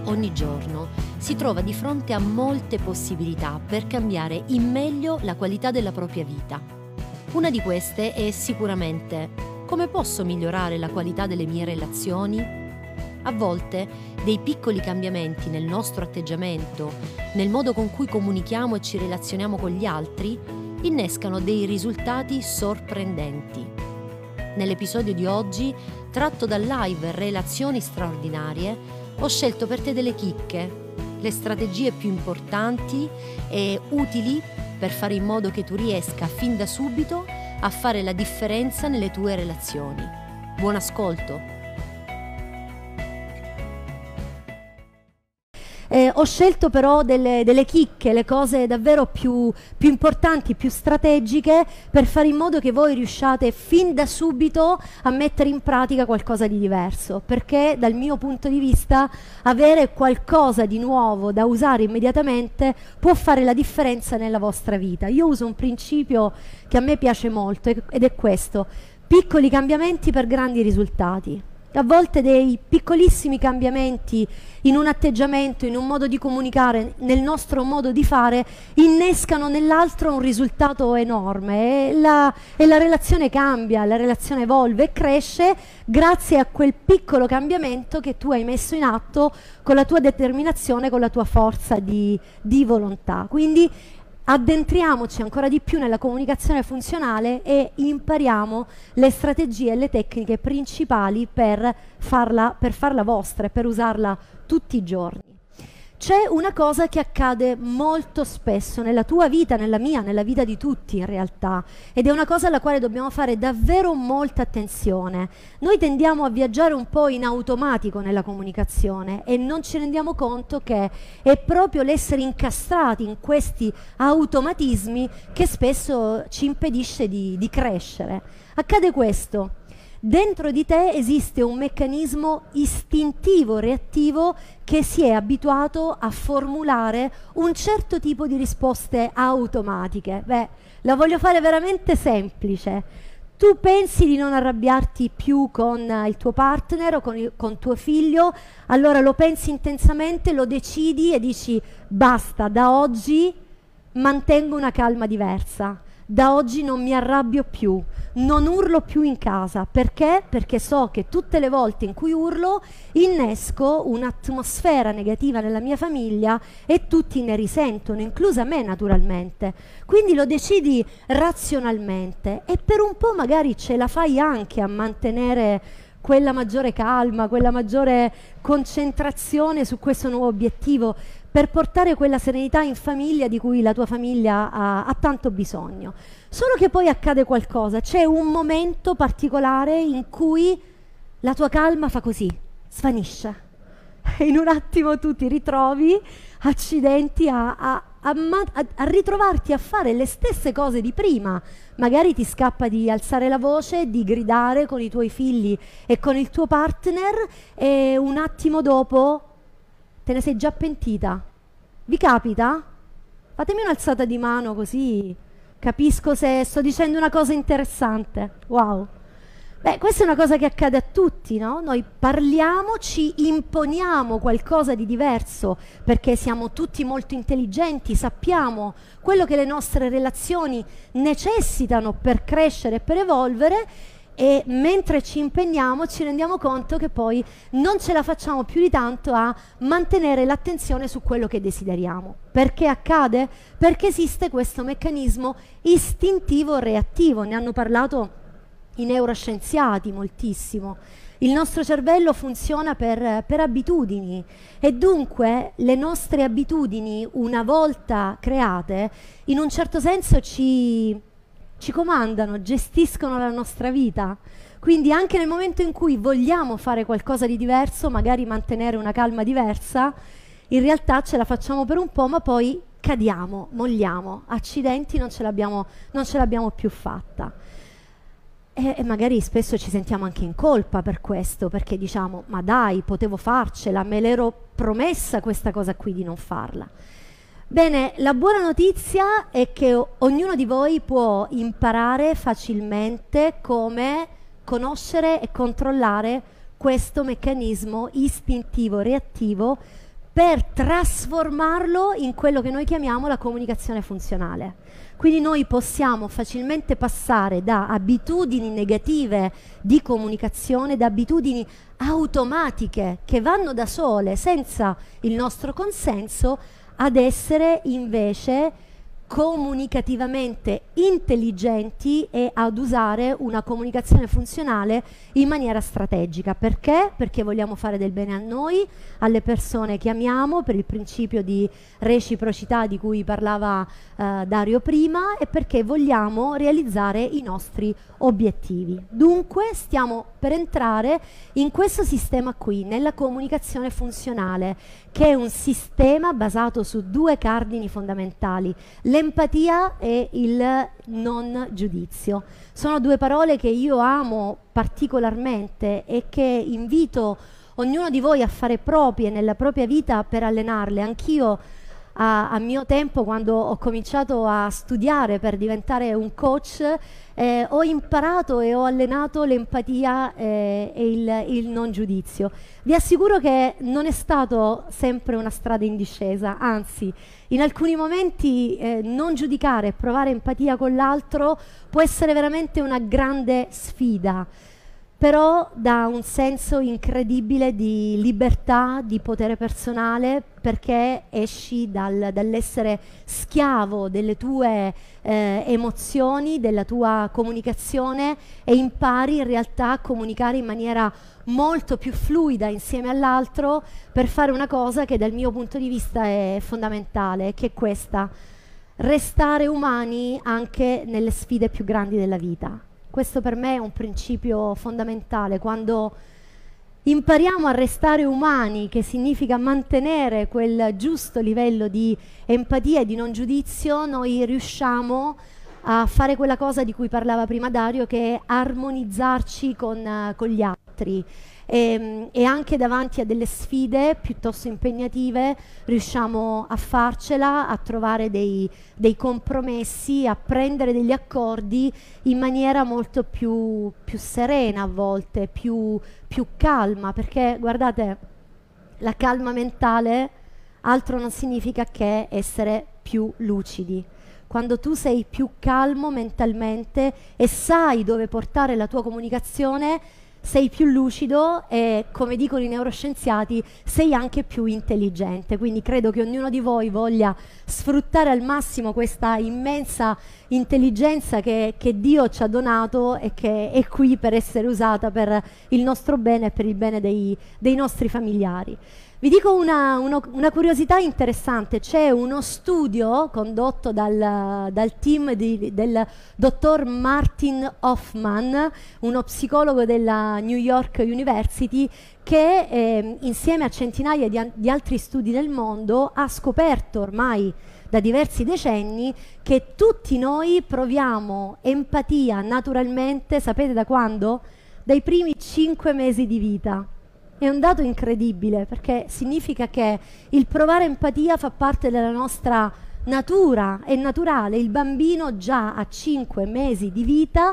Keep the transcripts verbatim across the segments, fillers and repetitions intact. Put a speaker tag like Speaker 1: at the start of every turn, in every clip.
Speaker 1: ogni giorno si trova di fronte a molte possibilità per cambiare in meglio la qualità della propria vita. Una di queste è sicuramente: come posso migliorare la qualità delle mie relazioni? A volte dei piccoli cambiamenti nel nostro atteggiamento, nel modo con cui comunichiamo e ci relazioniamo con gli altri, innescano dei risultati sorprendenti. Nell'episodio di oggi, tratto dal live Relazioni straordinarie, ho scelto per te delle chicche, le strategie più importanti e utili per fare in modo che tu riesca fin da subito a fare la differenza nelle tue relazioni. Buon ascolto! Eh, ho scelto però delle, delle chicche, le cose davvero più, più importanti, più strategiche, per fare in modo che voi riusciate fin da subito a mettere in pratica qualcosa di diverso, perché dal mio punto di vista avere qualcosa di nuovo da usare immediatamente può fare la differenza nella vostra vita. Io uso un principio che a me piace molto ed è questo: piccoli cambiamenti per grandi risultati. A volte dei piccolissimi cambiamenti in un atteggiamento, in un modo di comunicare, nel nostro modo di fare, innescano nell'altro un risultato enorme e la, e la relazione cambia, la relazione evolve e cresce grazie a quel piccolo cambiamento che tu hai messo in atto con la tua determinazione, con la tua forza di, di volontà. Quindi addentriamoci ancora di più nella comunicazione funzionale e impariamo le strategie e le tecniche principali per farla, per farla vostra e per usarla tutti i giorni. C'è una cosa che accade molto spesso nella tua vita, nella mia, nella vita di tutti in realtà, ed è una cosa alla quale dobbiamo fare davvero molta attenzione. Noi tendiamo a viaggiare un po' in automatico nella comunicazione e non ci rendiamo conto che è proprio l'essere incastrati in questi automatismi che spesso ci impedisce di, di crescere. Accade questo: dentro di te esiste un meccanismo istintivo, reattivo, che si è abituato a formulare un certo tipo di risposte automatiche. Beh, la voglio fare veramente semplice. Tu pensi di non arrabbiarti più con il tuo partner o con, il, con tuo figlio, allora lo pensi intensamente, lo decidi e dici: basta, da oggi mantengo una calma diversa. Da oggi non mi arrabbio più, non urlo più in casa. Perché? Perché so che tutte le volte in cui urlo innesco un'atmosfera negativa nella mia famiglia e tutti ne risentono, inclusa me naturalmente. Quindi lo decidi razionalmente e per un po' magari ce la fai anche a mantenere quella maggiore calma, quella maggiore concentrazione su questo nuovo obiettivo, per portare quella serenità in famiglia di cui la tua famiglia ha, ha tanto bisogno. Solo che poi accade qualcosa, c'è un momento particolare in cui la tua calma fa così, svanisce. E in un attimo tu ti ritrovi, accidenti, a, a, a, a, a ritrovarti a fare le stesse cose di prima. Magari ti scappa di alzare la voce, di gridare con i tuoi figli e con il tuo partner e un attimo dopo te ne sei già pentita. Vi capita? Fatemi un'alzata di mano così capisco se sto dicendo una cosa interessante. Wow. Beh, questa è una cosa che accade a tutti, no? Noi parliamo, ci imponiamo qualcosa di diverso perché siamo tutti molto intelligenti, sappiamo quello che le nostre relazioni necessitano per crescere e per evolvere, e mentre ci impegniamo ci rendiamo conto che poi non ce la facciamo più di tanto a mantenere l'attenzione su quello che desideriamo. Perché accade? Perché esiste questo meccanismo istintivo reattivo, ne hanno parlato i neuroscienziati moltissimo. Il nostro cervello funziona per, per abitudini e dunque le nostre abitudini, una volta create, in un certo senso ci... ci comandano, gestiscono la nostra vita. Quindi anche nel momento in cui vogliamo fare qualcosa di diverso, magari mantenere una calma diversa, in realtà ce la facciamo per un po', ma poi cadiamo, molliamo, accidenti, non ce l'abbiamo, non ce l'abbiamo più fatta. E, e magari spesso ci sentiamo anche in colpa per questo, perché diciamo: ma dai, potevo farcela, me l'ero promessa questa cosa qui di non farla. Bene, la buona notizia è che ognuno di voi può imparare facilmente come conoscere e controllare questo meccanismo istintivo reattivo per trasformarlo in quello che noi chiamiamo la comunicazione funzionale. Quindi noi possiamo facilmente passare da abitudini negative di comunicazione, da abitudini automatiche che vanno da sole senza il nostro consenso, ad essere invece comunicativamente intelligenti e ad usare una comunicazione funzionale in maniera strategica. Perché? Perché vogliamo fare del bene a noi, alle persone che amiamo, per il principio di reciprocità di cui parlava eh, Dario prima, e perché vogliamo realizzare i nostri obiettivi. Dunque stiamo per entrare in questo sistema qui, nella comunicazione funzionale, che è un sistema basato su due cardini fondamentali: l'empatia e il non giudizio. Sono due parole che io amo particolarmente e che invito ognuno di voi a fare proprie nella propria vita per allenarle. Anch'io a, a mio tempo, quando ho cominciato a studiare per diventare un coach, eh, ho imparato e ho allenato l'empatia eh, e il, il non giudizio. Vi assicuro che non è stato sempre una strada in discesa, anzi, in alcuni momenti eh, non giudicare e provare empatia con l'altro può essere veramente una grande sfida, però dà un senso incredibile di libertà, di potere personale, perché esci dal, dall'essere schiavo delle tue eh, emozioni, della tua comunicazione, e impari in realtà a comunicare in maniera molto più fluida insieme all'altro per fare una cosa che dal mio punto di vista è fondamentale, che è questa: restare umani anche nelle sfide più grandi della vita. Questo per me è un principio fondamentale. Quando impariamo a restare umani, che significa mantenere quel giusto livello di empatia e di non giudizio, noi riusciamo a fare quella cosa di cui parlava prima Dario, che è armonizzarci con, uh, con gli altri. E, e anche davanti a delle sfide piuttosto impegnative riusciamo a farcela, a trovare dei, dei compromessi, a prendere degli accordi in maniera molto più, più serena, a volte più, più calma, perché guardate, la calma mentale altro non significa che essere più lucidi. Quando tu sei più calmo mentalmente e sai dove portare la tua comunicazione, sei più lucido e, come dicono i neuroscienziati, sei anche più intelligente. Quindi credo che ognuno di voi voglia sfruttare al massimo questa immensa intelligenza che, che Dio ci ha donato e che è qui per essere usata per il nostro bene e per il bene dei, dei nostri familiari. Vi dico una, uno, una curiosità interessante: c'è uno studio condotto dal, dal team di, del dottor Martin Hoffman, uno psicologo della New York University, che eh, insieme a centinaia di, di altri studi nel mondo ha scoperto ormai da diversi decenni che tutti noi proviamo empatia naturalmente, sapete da quando? Dai primi cinque mesi di vita. È un dato incredibile, perché significa che il provare empatia fa parte della nostra natura, è naturale. Il bambino già a cinque mesi di vita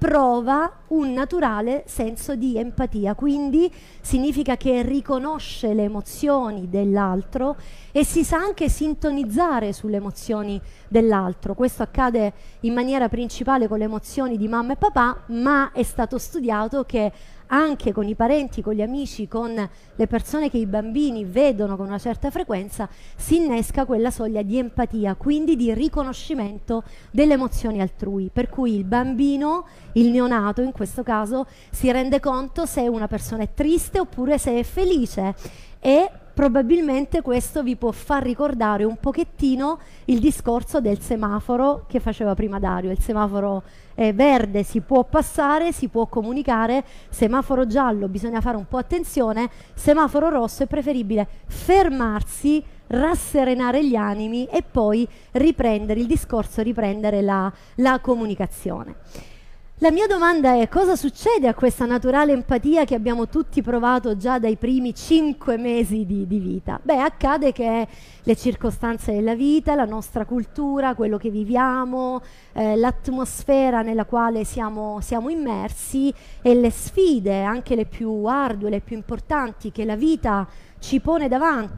Speaker 1: prova un naturale senso di empatia, quindi significa che riconosce le emozioni dell'altro e si sa anche sintonizzare sulle emozioni dell'altro. Questo accade in maniera principale con le emozioni di mamma e papà, ma è stato studiato che anche con i parenti, con gli amici, con le persone che i bambini vedono con una certa frequenza, si innesca quella soglia di empatia, quindi di riconoscimento delle emozioni altrui, per cui il bambino, il neonato in questo caso, si rende conto se una persona è triste oppure se è felice, e probabilmente questo vi può far ricordare un pochettino il discorso del semaforo che faceva prima Dario. Il semaforo eh, verde si può passare, si può comunicare; semaforo giallo bisogna fare un po' attenzione; semaforo rosso è preferibile fermarsi, rasserenare gli animi e poi riprendere il discorso, riprendere la, la comunicazione. La mia domanda è: cosa succede a questa naturale empatia che abbiamo tutti provato già dai primi cinque mesi di, di vita? Beh, accade che le circostanze della vita, la nostra cultura, quello che viviamo, eh, l'atmosfera nella quale siamo, siamo immersi e le sfide, anche le più ardue, le più importanti che la vita ci pone davanti,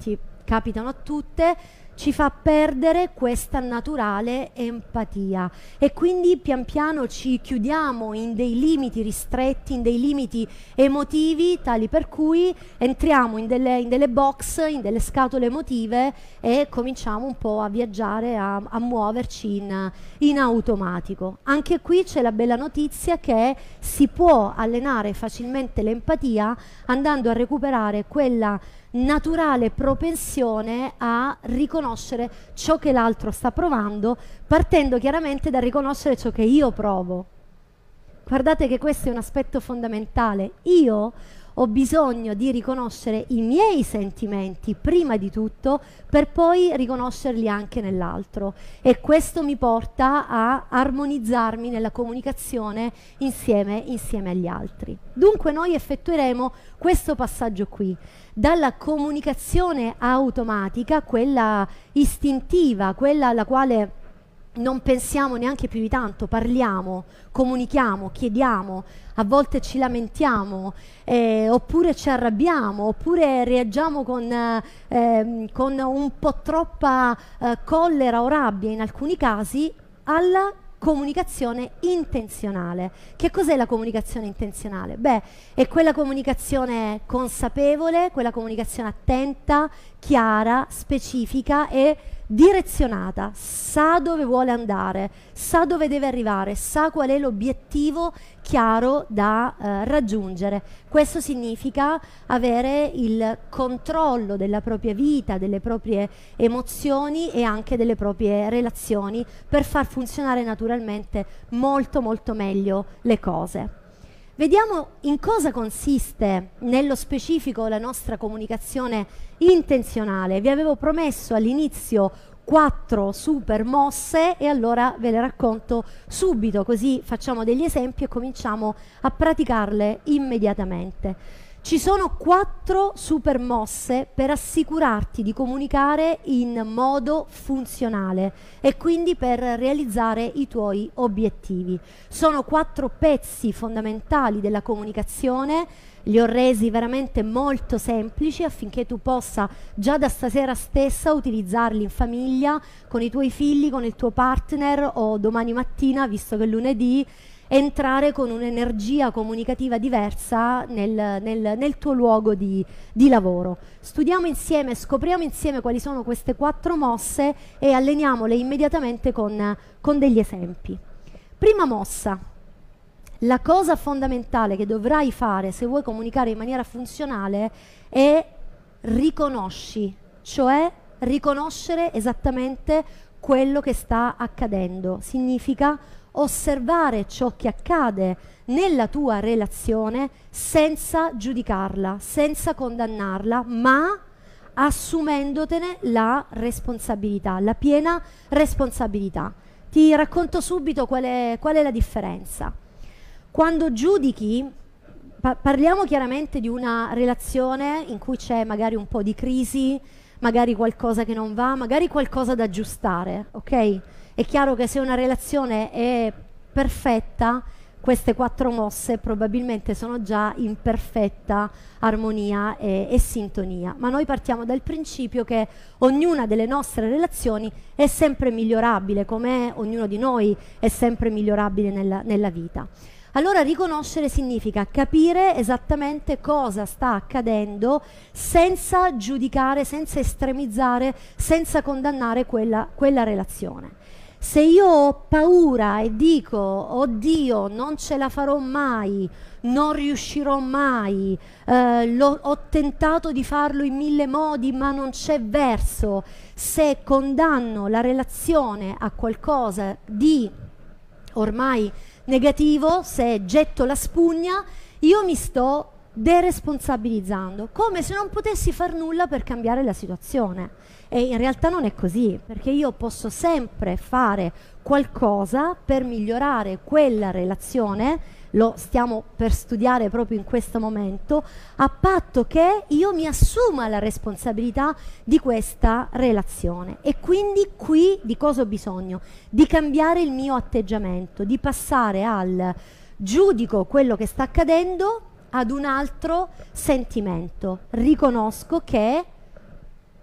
Speaker 1: capitano a tutte, ci fa perdere questa naturale empatia e quindi pian piano ci chiudiamo in dei limiti ristretti, in dei limiti emotivi tali per cui entriamo in delle, in delle box, in delle scatole emotive e cominciamo un po' a viaggiare, a, a muoverci in, in automatico. Anche qui c'è la bella notizia che si può allenare facilmente l'empatia andando a recuperare quella naturale propensione a riconoscere ciò che l'altro sta provando, partendo chiaramente da riconoscere ciò che io provo. Guardate che questo è un aspetto fondamentale. Io ho bisogno di riconoscere i miei sentimenti prima di tutto per poi riconoscerli anche nell'altro e questo mi porta a armonizzarmi nella comunicazione insieme, insieme agli altri. Dunque noi effettueremo questo passaggio qui, dalla comunicazione automatica, quella istintiva, quella alla quale non pensiamo neanche più di tanto, parliamo, comunichiamo, chiediamo, a volte ci lamentiamo, eh, oppure ci arrabbiamo, oppure reagiamo con, eh, con un po' troppa eh, collera o rabbia in alcuni casi, alla comunicazione intenzionale. Che cos'è la comunicazione intenzionale? Beh, è quella comunicazione consapevole, quella comunicazione attenta, chiara, specifica e direzionata, sa dove vuole andare, sa dove deve arrivare, sa qual è l'obiettivo chiaro da eh, raggiungere. Questo significa avere il controllo della propria vita, delle proprie emozioni e anche delle proprie relazioni per far funzionare naturalmente molto molto meglio le cose. Vediamo in cosa consiste nello specifico la nostra comunicazione intenzionale. Vi avevo promesso all'inizio quattro super mosse e allora ve le racconto subito, così facciamo degli esempi e cominciamo a praticarle immediatamente. Ci sono quattro super mosse per assicurarti di comunicare in modo funzionale e quindi per realizzare i tuoi obiettivi. Sono quattro pezzi fondamentali della comunicazione, li ho resi veramente molto semplici affinché tu possa già da stasera stessa utilizzarli in famiglia, con i tuoi figli, con il tuo partner o domani mattina, visto che è lunedì, entrare con un'energia comunicativa diversa nel, nel, nel tuo luogo di, di lavoro. Studiamo insieme, scopriamo insieme quali sono queste quattro mosse e alleniamole immediatamente con, con degli esempi. Prima mossa. La cosa fondamentale che dovrai fare se vuoi comunicare in maniera funzionale è riconosci, cioè riconoscere esattamente quello che sta accadendo. Significa osservare ciò che accade nella tua relazione senza giudicarla, senza condannarla, ma assumendotene la responsabilità, la piena responsabilità. Ti racconto subito qual è, qual è la differenza. Quando giudichi, pa- parliamo chiaramente di una relazione in cui c'è magari un po' di crisi, magari qualcosa che non va, magari qualcosa da aggiustare, ok? È chiaro che se una relazione è perfetta, queste quattro mosse probabilmente sono già in perfetta armonia e, e sintonia. Ma noi partiamo dal principio che ognuna delle nostre relazioni è sempre migliorabile, come ognuno di noi è sempre migliorabile nella, nella vita. Allora riconoscere significa capire esattamente cosa sta accadendo senza giudicare, senza estremizzare, senza condannare quella, quella relazione. Se io ho paura e dico, oddio, non ce la farò mai, non riuscirò mai, eh, ho tentato di farlo in mille modi ma non c'è verso, se condanno la relazione a qualcosa di ormai negativo, se getto la spugna, io mi sto deresponsabilizzando, come se non potessi far nulla per cambiare la situazione. E in realtà non è così, perché io posso sempre fare qualcosa per migliorare quella relazione, lo stiamo per studiare proprio in questo momento, a patto che io mi assuma la responsabilità di questa relazione. E quindi qui di cosa ho bisogno? Di cambiare il mio atteggiamento, di passare al giudico quello che sta accadendo ad un altro sentimento. Riconosco che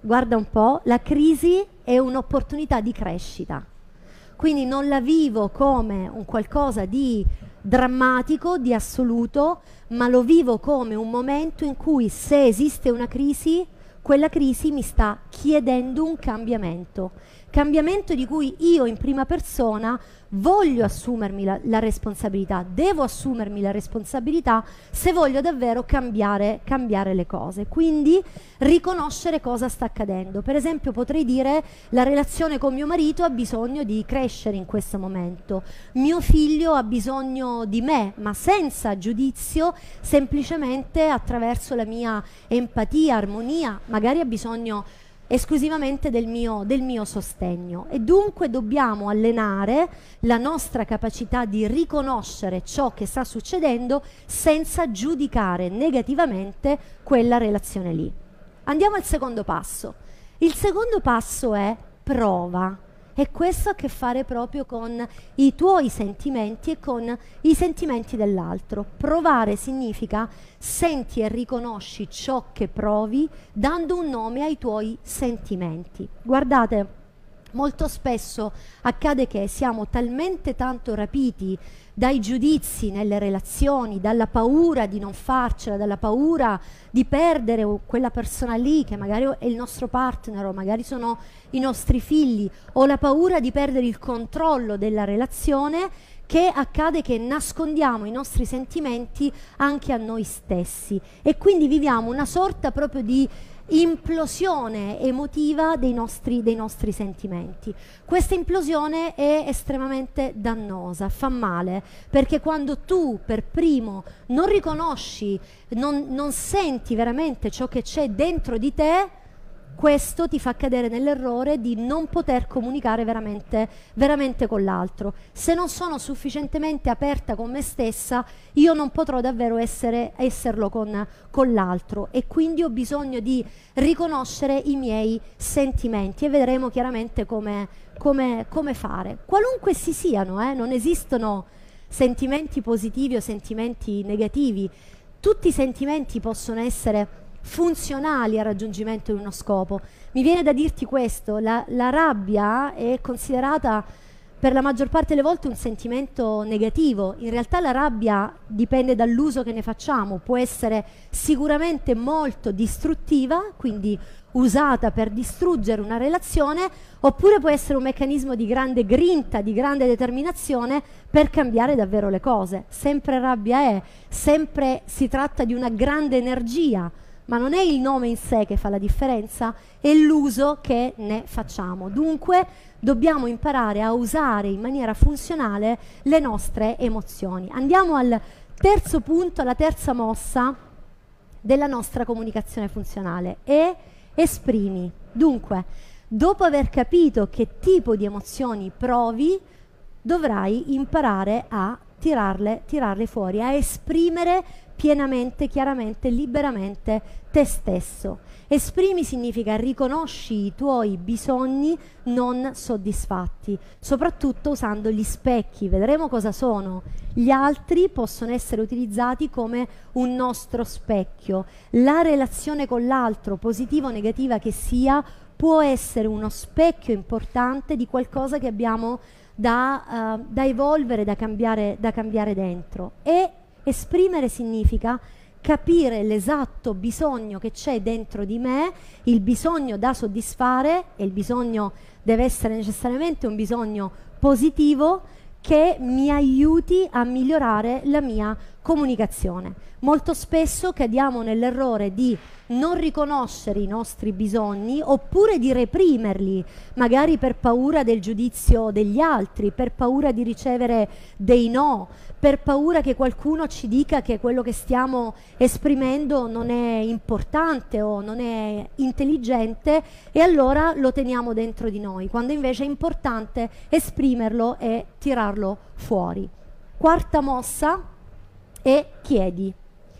Speaker 1: guarda un po', la crisi è un'opportunità di crescita. Quindi non la vivo come un qualcosa di drammatico, di assoluto, ma lo vivo come un momento in cui, se esiste una crisi, quella crisi mi sta chiedendo un cambiamento. Cambiamento di cui io in prima persona voglio assumermi la, la responsabilità, devo assumermi la responsabilità se voglio davvero cambiare, cambiare le cose. Quindi riconoscere cosa sta accadendo. Per esempio potrei dire: la relazione con mio marito ha bisogno di crescere in questo momento, mio figlio ha bisogno di me, ma senza giudizio, semplicemente attraverso la mia empatia, armonia, magari ha bisogno esclusivamente del mio, del mio sostegno. E dunque dobbiamo allenare la nostra capacità di riconoscere ciò che sta succedendo senza giudicare negativamente quella relazione lì. Andiamo al secondo passo. Il secondo passo è prova. E questo ha a che fare proprio con i tuoi sentimenti e con i sentimenti dell'altro. Provare significa senti e riconosci ciò che provi dando un nome ai tuoi sentimenti. Guardate, molto spesso accade che siamo talmente tanto rapiti dai giudizi nelle relazioni, dalla paura di non farcela, dalla paura di perdere quella persona lì che magari è il nostro partner o magari sono i nostri figli, o la paura di perdere il controllo della relazione, che accade che nascondiamo i nostri sentimenti anche a noi stessi e quindi viviamo una sorta proprio di implosione emotiva dei nostri, dei nostri sentimenti. Questa implosione è estremamente dannosa, fa male, perché quando tu per primo non riconosci, non, non senti veramente ciò che c'è dentro di te, questo ti fa cadere nell'errore di non poter comunicare veramente, veramente con l'altro. Se non sono sufficientemente aperta con me stessa, io non potrò davvero essere, esserlo con, con l'altro, e quindi ho bisogno di riconoscere i miei sentimenti e vedremo chiaramente come, come, come fare. Qualunque si siano, eh, non esistono sentimenti positivi o sentimenti negativi. Tutti i sentimenti possono essere funzionali al raggiungimento di uno scopo. Mi viene da dirti questo: la, la rabbia è considerata per la maggior parte delle volte un sentimento negativo. In realtà la rabbia dipende dall'uso che ne facciamo, può essere sicuramente molto distruttiva, quindi usata per distruggere una relazione, oppure può essere un meccanismo di grande grinta, di grande determinazione per cambiare davvero le cose. Sempre rabbia è, sempre si tratta di una grande energia, ma non è il nome in sé che fa la differenza, è l'uso che ne facciamo. Dunque dobbiamo imparare a usare in maniera funzionale le nostre emozioni. Andiamo al terzo punto, alla terza mossa della nostra comunicazione funzionale: e esprimi. Dunque, dopo aver capito che tipo di emozioni provi, dovrai imparare a tirarle, tirarle fuori, a esprimere pienamente, chiaramente, liberamente te stesso. Esprimi significa riconosci i tuoi bisogni non soddisfatti, soprattutto usando gli specchi. Vedremo cosa sono. Gli altri possono essere utilizzati come un nostro specchio. La relazione con l'altro, positiva o negativa che sia, può essere uno specchio importante di qualcosa che abbiamo da, uh, da evolvere, da cambiare, da cambiare dentro. E esprimere significa capire l'esatto bisogno che c'è dentro di me, il bisogno da soddisfare, e il bisogno deve essere necessariamente un bisogno positivo che mi aiuti a migliorare la mia comunicazione. Molto spesso cadiamo nell'errore di non riconoscere i nostri bisogni oppure di reprimerli, magari per paura del giudizio degli altri, per paura di ricevere dei no, per paura che qualcuno ci dica che quello che stiamo esprimendo non è importante o non è intelligente, e allora lo teniamo dentro di noi, quando invece è importante esprimerlo e tirarlo fuori. Quarta mossa è chiedi.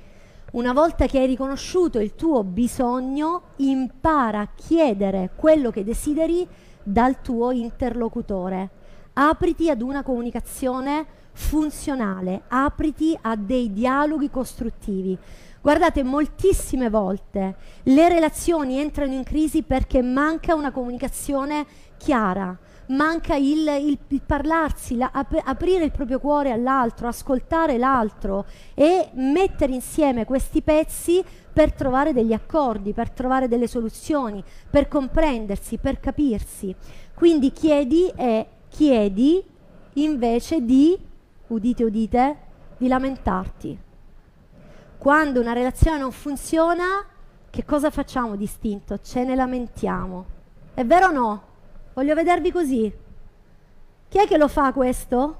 Speaker 1: Una volta che hai riconosciuto il tuo bisogno, impara a chiedere quello che desideri dal tuo interlocutore. Apriti ad una comunicazione funzionale, apriti a dei dialoghi costruttivi. Guardate, moltissime volte le relazioni entrano in crisi perché manca una comunicazione chiara, manca il, il, il parlarsi, la, ap aprire il proprio cuore all'altro, ascoltare l'altro e mettere insieme questi pezzi per trovare degli accordi, per trovare delle soluzioni, per comprendersi, per capirsi. Quindi chiedi e chiedi invece di, udite udite, di lamentarti. Quando una relazione non funziona, che cosa facciamo distinto? Ce ne lamentiamo. È vero o no? Voglio vedervi così. Chi è che lo fa questo?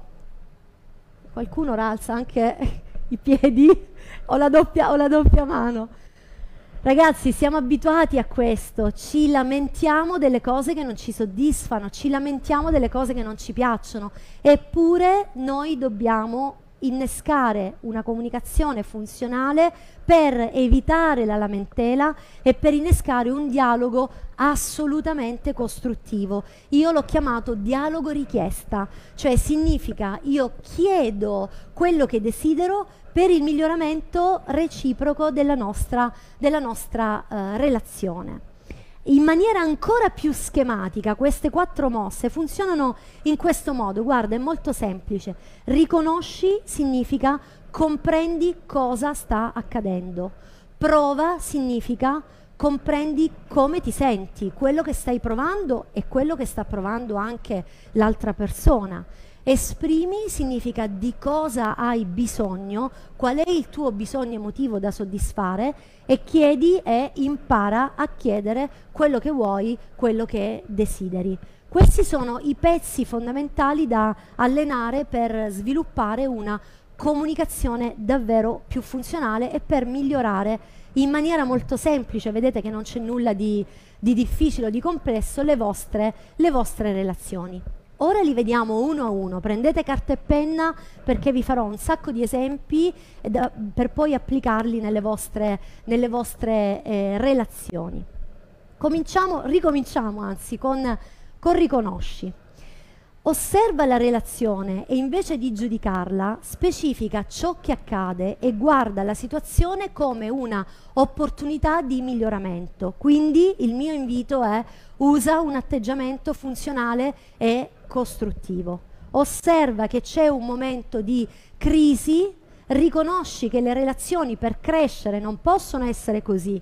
Speaker 1: Qualcuno alza anche i piedi o la doppia, o la doppia mano. Ragazzi, siamo abituati a questo, ci lamentiamo delle cose che non ci soddisfano, ci lamentiamo delle cose che non ci piacciono, eppure noi dobbiamo innescare una comunicazione funzionale per evitare la lamentela e per innescare un dialogo assolutamente costruttivo. Io l'ho chiamato dialogo richiesta, cioè significa io chiedo quello che desidero per il miglioramento reciproco della nostra, della nostra eh, relazione. In maniera ancora più schematica, queste quattro mosse funzionano in questo modo. Guarda, è molto semplice. Riconosci significa comprendi cosa sta accadendo. Prova significa comprendi come ti senti, quello che stai provando e quello che sta provando anche l'altra persona. Esprimi significa di cosa hai bisogno, qual è il tuo bisogno emotivo da soddisfare, e chiedi e impara a chiedere quello che vuoi, quello che desideri. Questi sono i pezzi fondamentali da allenare per sviluppare una comunicazione davvero più funzionale e per migliorare in maniera molto semplice, vedete che non c'è nulla di, di difficile o di complesso, le vostre, le vostre relazioni. Ora li vediamo uno a uno, prendete carta e penna perché vi farò un sacco di esempi da, per poi applicarli nelle vostre, nelle vostre eh, relazioni. Cominciamo, ricominciamo anzi con, con riconosci. Osserva la relazione e invece di giudicarla, specifica ciò che accade e guarda la situazione come una opportunità di miglioramento. Quindi il mio invito è: usa un atteggiamento funzionale e costruttivo. Osserva che c'è un momento di crisi, riconosci che le relazioni per crescere non possono essere così.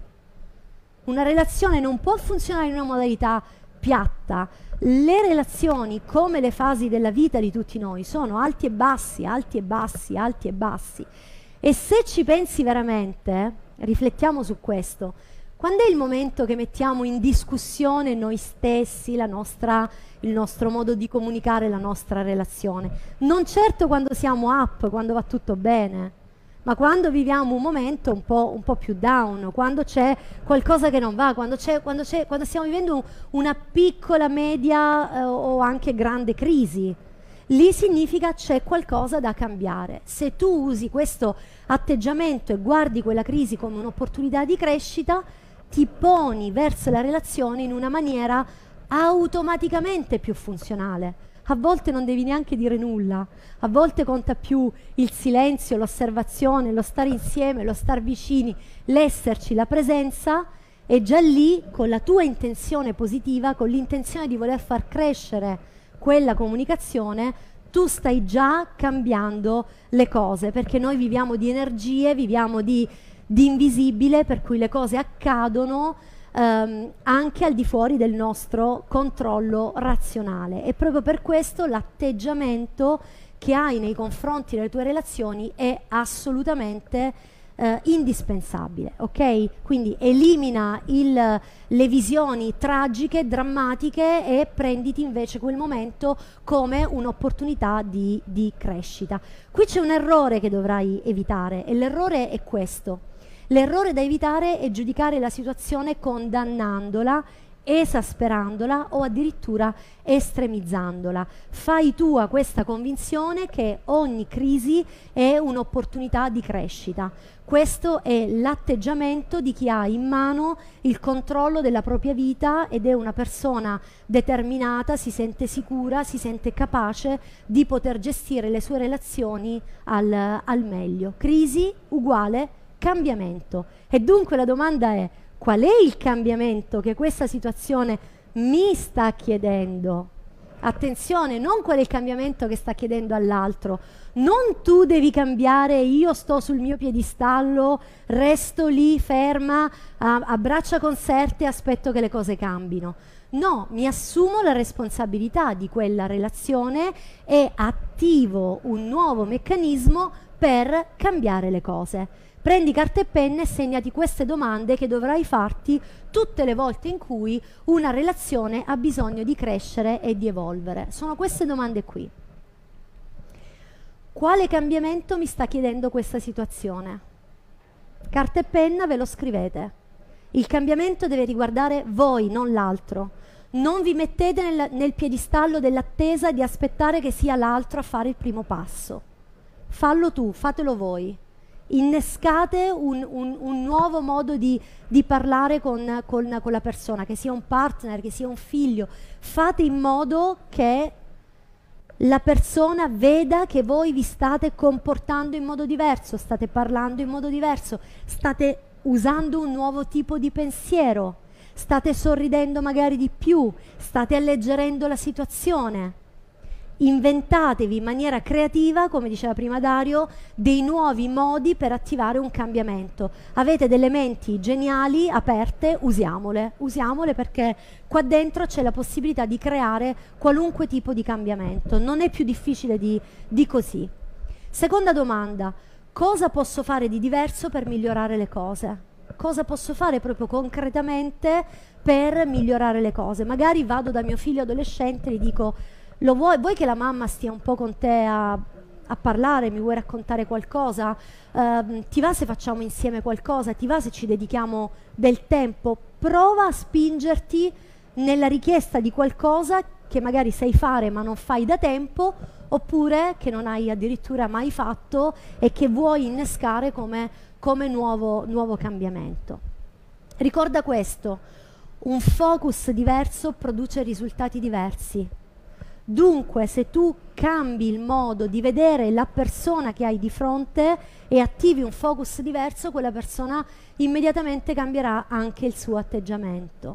Speaker 1: Una relazione non può funzionare in una modalità piatta. Le relazioni, come le fasi della vita di tutti noi, sono alti e bassi, alti e bassi, alti e bassi. E se ci pensi veramente, riflettiamo su questo, quando è il momento che mettiamo in discussione noi stessi, la nostra, il nostro modo di comunicare, la nostra relazione? Non certo quando siamo up, quando va tutto bene, ma quando viviamo un momento un po', un po' più down, quando c'è qualcosa che non va, quando, c'è, quando, c'è, quando stiamo vivendo un, una piccola, media eh, o anche grande crisi. Lì significa c'è qualcosa da cambiare. Se tu usi questo atteggiamento e guardi quella crisi come un'opportunità di crescita, ti poni verso la relazione in una maniera automaticamente più funzionale. A volte non devi neanche dire nulla, a volte conta più il silenzio, l'osservazione, lo stare insieme, lo star vicini, l'esserci, la presenza, e già lì con la tua intenzione positiva, con l'intenzione di voler far crescere quella comunicazione, tu stai già cambiando le cose, perché noi viviamo di energie, viviamo di, di invisibile, per cui le cose accadono ehm, anche al di fuori del nostro controllo razionale. E proprio per questo l'atteggiamento che hai nei confronti delle tue relazioni è assolutamente eh, indispensabile, ok? Quindi elimina il, le visioni tragiche, drammatiche, e prenditi invece quel momento come un'opportunità di, di crescita. Qui c'è un errore che dovrai evitare, e l'errore è questo. L'errore da evitare è giudicare la situazione condannandola, esasperandola o addirittura estremizzandola. Fai tua questa convinzione che ogni crisi è un'opportunità di crescita. Questo è l'atteggiamento di chi ha in mano il controllo della propria vita ed è una persona determinata, si sente sicura, si sente capace di poter gestire le sue relazioni al, al meglio. Crisi uguale cambiamento. E dunque la domanda è: qual è il cambiamento che questa situazione mi sta chiedendo? Attenzione, non qual è il cambiamento che sta chiedendo all'altro. Non tu devi cambiare, io sto sul mio piedistallo, resto lì ferma, a, a braccia conserte e aspetto che le cose cambino. No, mi assumo la responsabilità di quella relazione e attivo un nuovo meccanismo per cambiare le cose. Prendi carta e penna e segnati queste domande che dovrai farti tutte le volte in cui una relazione ha bisogno di crescere e di evolvere. Sono queste domande qui. Quale cambiamento mi sta chiedendo questa situazione? Carta e penna, ve lo scrivete. Il cambiamento deve riguardare voi, non l'altro. Non vi mettete nel, nel piedistallo dell'attesa di aspettare che sia l'altro a fare il primo passo. Fallo tu, fatelo voi. Innescate un, un, un nuovo modo di, di parlare con, con, con la persona, che sia un partner, che sia un figlio. Fate in modo che la persona veda che voi vi state comportando in modo diverso, state parlando in modo diverso, state usando un nuovo tipo di pensiero, state sorridendo magari di più, state alleggerendo la situazione. Inventatevi in maniera creativa, come diceva prima Dario, dei nuovi modi per attivare un cambiamento. Avete delle menti geniali, aperte, usiamole, usiamole perché qua dentro c'è la possibilità di creare qualunque tipo di cambiamento. Non è più difficile di, di così. Seconda domanda: cosa posso fare di diverso per migliorare le cose? Cosa posso fare proprio concretamente per migliorare le cose? Magari vado da mio figlio adolescente e gli dico: Lo vuoi, vuoi che la mamma stia un po' con te a, a parlare? Mi vuoi raccontare qualcosa? Uh, ti va se facciamo insieme qualcosa? Ti va se ci dedichiamo del tempo? Prova a spingerti nella richiesta di qualcosa che magari sai fare ma non fai da tempo, oppure che non hai addirittura mai fatto e che vuoi innescare come, come nuovo, nuovo cambiamento. Ricorda questo: un focus diverso produce risultati diversi. Dunque, se tu cambi il modo di vedere la persona che hai di fronte e attivi un focus diverso, quella persona immediatamente cambierà anche il suo atteggiamento.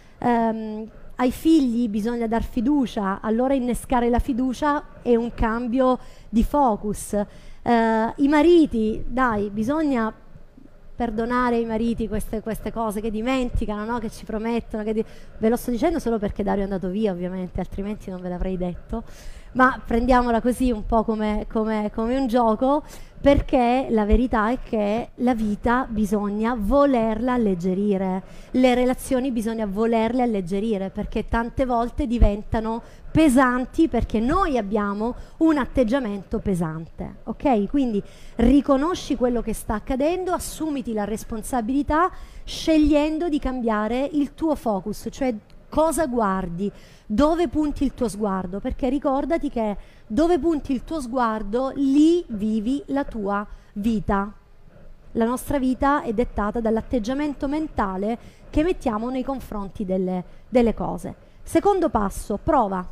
Speaker 1: Um, ai figli bisogna dar fiducia, allora innescare la fiducia è un cambio di focus. Uh, I mariti, dai, bisogna perdonare i mariti queste, queste cose che dimenticano, no? Che ci promettono, che di... ve lo sto dicendo solo perché Dario è andato via ovviamente, altrimenti non ve l'avrei detto, ma prendiamola così un po' come, come, come un gioco, perché la verità è che la vita bisogna volerla alleggerire, le relazioni bisogna volerle alleggerire, perché tante volte diventano pesanti perché noi abbiamo un atteggiamento pesante, ok? Quindi riconosci quello che sta accadendo, assumiti la responsabilità scegliendo di cambiare il tuo focus, cioè cosa guardi, dove punti il tuo sguardo, perché ricordati che dove punti il tuo sguardo, lì vivi la tua vita. La nostra vita è dettata dall'atteggiamento mentale che mettiamo nei confronti delle, delle cose. Secondo passo, prova.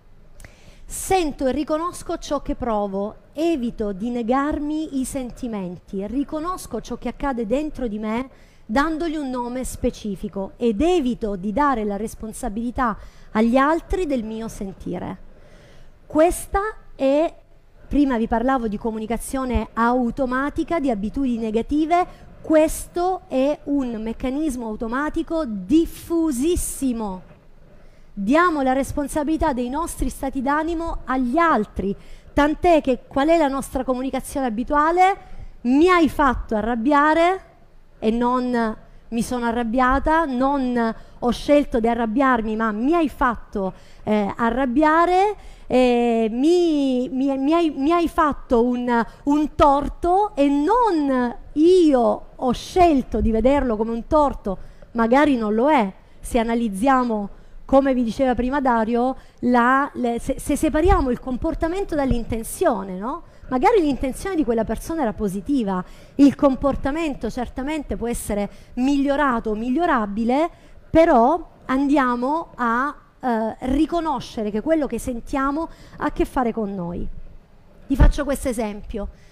Speaker 1: Sento e riconosco ciò che provo, evito di negarmi i sentimenti, riconosco ciò che accade dentro di me dandogli un nome specifico ed evito di dare la responsabilità agli altri del mio sentire. Questa è, prima vi parlavo di comunicazione automatica, di abitudini negative, questo è un meccanismo automatico diffusissimo. Diamo la responsabilità dei nostri stati d'animo agli altri, tant'è che qual è la nostra comunicazione abituale? Mi hai fatto arrabbiare e non mi sono arrabbiata, non ho scelto di arrabbiarmi, ma mi hai fatto eh, arrabbiare, eh, mi, mi, mi, hai, mi hai fatto un, un torto e non io ho scelto di vederlo come un torto, magari non lo è, se analizziamo, come vi diceva prima Dario, la, le, se, se separiamo il comportamento dall'intenzione, no? Magari l'intenzione di quella persona era positiva, il comportamento certamente può essere migliorato o migliorabile, però andiamo a eh, riconoscere che quello che sentiamo ha a che fare con noi. Vi faccio questo esempio.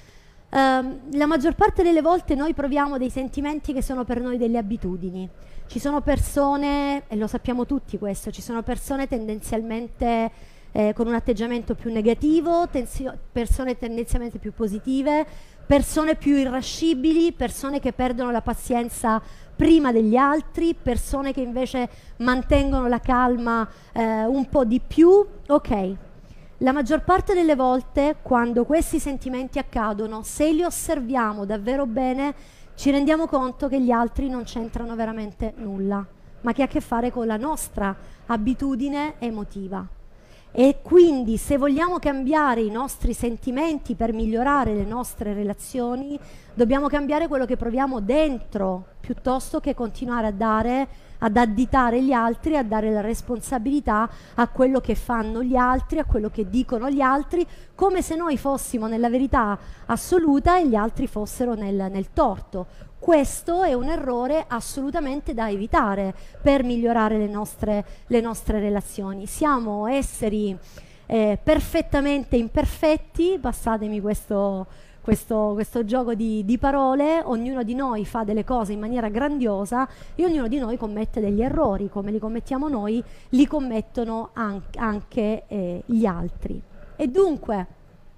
Speaker 1: Um, la maggior parte delle volte noi proviamo dei sentimenti che sono per noi delle abitudini. Ci sono persone, e lo sappiamo tutti questo, ci sono persone tendenzialmente eh, con un atteggiamento più negativo, persone tendenzialmente più positive, persone più irascibili, persone che perdono la pazienza prima degli altri, persone che invece mantengono la calma eh, un po' di più. Ok. La maggior parte delle volte, quando questi sentimenti accadono, se li osserviamo davvero bene, ci rendiamo conto che gli altri non c'entrano veramente nulla, ma che ha a che fare con la nostra abitudine emotiva. E quindi, se vogliamo cambiare i nostri sentimenti per migliorare le nostre relazioni, dobbiamo cambiare quello che proviamo dentro, piuttosto che continuare a dare, ad additare gli altri, a dare la responsabilità a quello che fanno gli altri, a quello che dicono gli altri, come se noi fossimo nella verità assoluta e gli altri fossero nel, nel torto. Questo è un errore assolutamente da evitare per migliorare le nostre, le nostre relazioni. Siamo esseri eh, perfettamente imperfetti, passatemi questo Questo, questo gioco di, di parole. Ognuno di noi fa delle cose in maniera grandiosa e ognuno di noi commette degli errori, come li commettiamo noi, li commettono an- anche eh, gli altri. E dunque,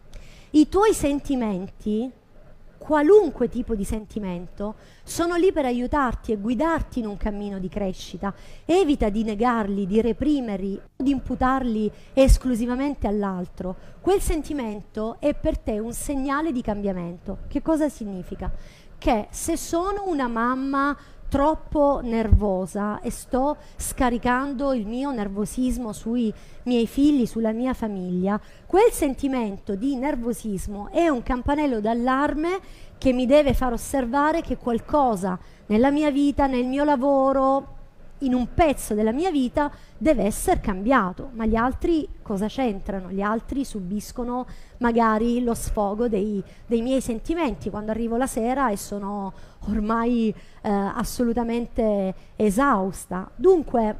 Speaker 1: i tuoi sentimenti, qualunque tipo di sentimento, sono lì per aiutarti e guidarti in un cammino di crescita. Evita di negarli, di reprimerli, di imputarli esclusivamente all'altro. Quel sentimento è per te un segnale di cambiamento. Che cosa significa? Che se sono una mamma troppo nervosa e sto scaricando il mio nervosismo sui miei figli, sulla mia famiglia, quel sentimento di nervosismo è un campanello d'allarme che mi deve far osservare che qualcosa nella mia vita, nel mio lavoro, in un pezzo della mia vita deve essere cambiato. Ma gli altri cosa c'entrano? Gli altri subiscono magari lo sfogo dei, dei miei sentimenti quando arrivo la sera e sono ormai eh, assolutamente esausta. Dunque,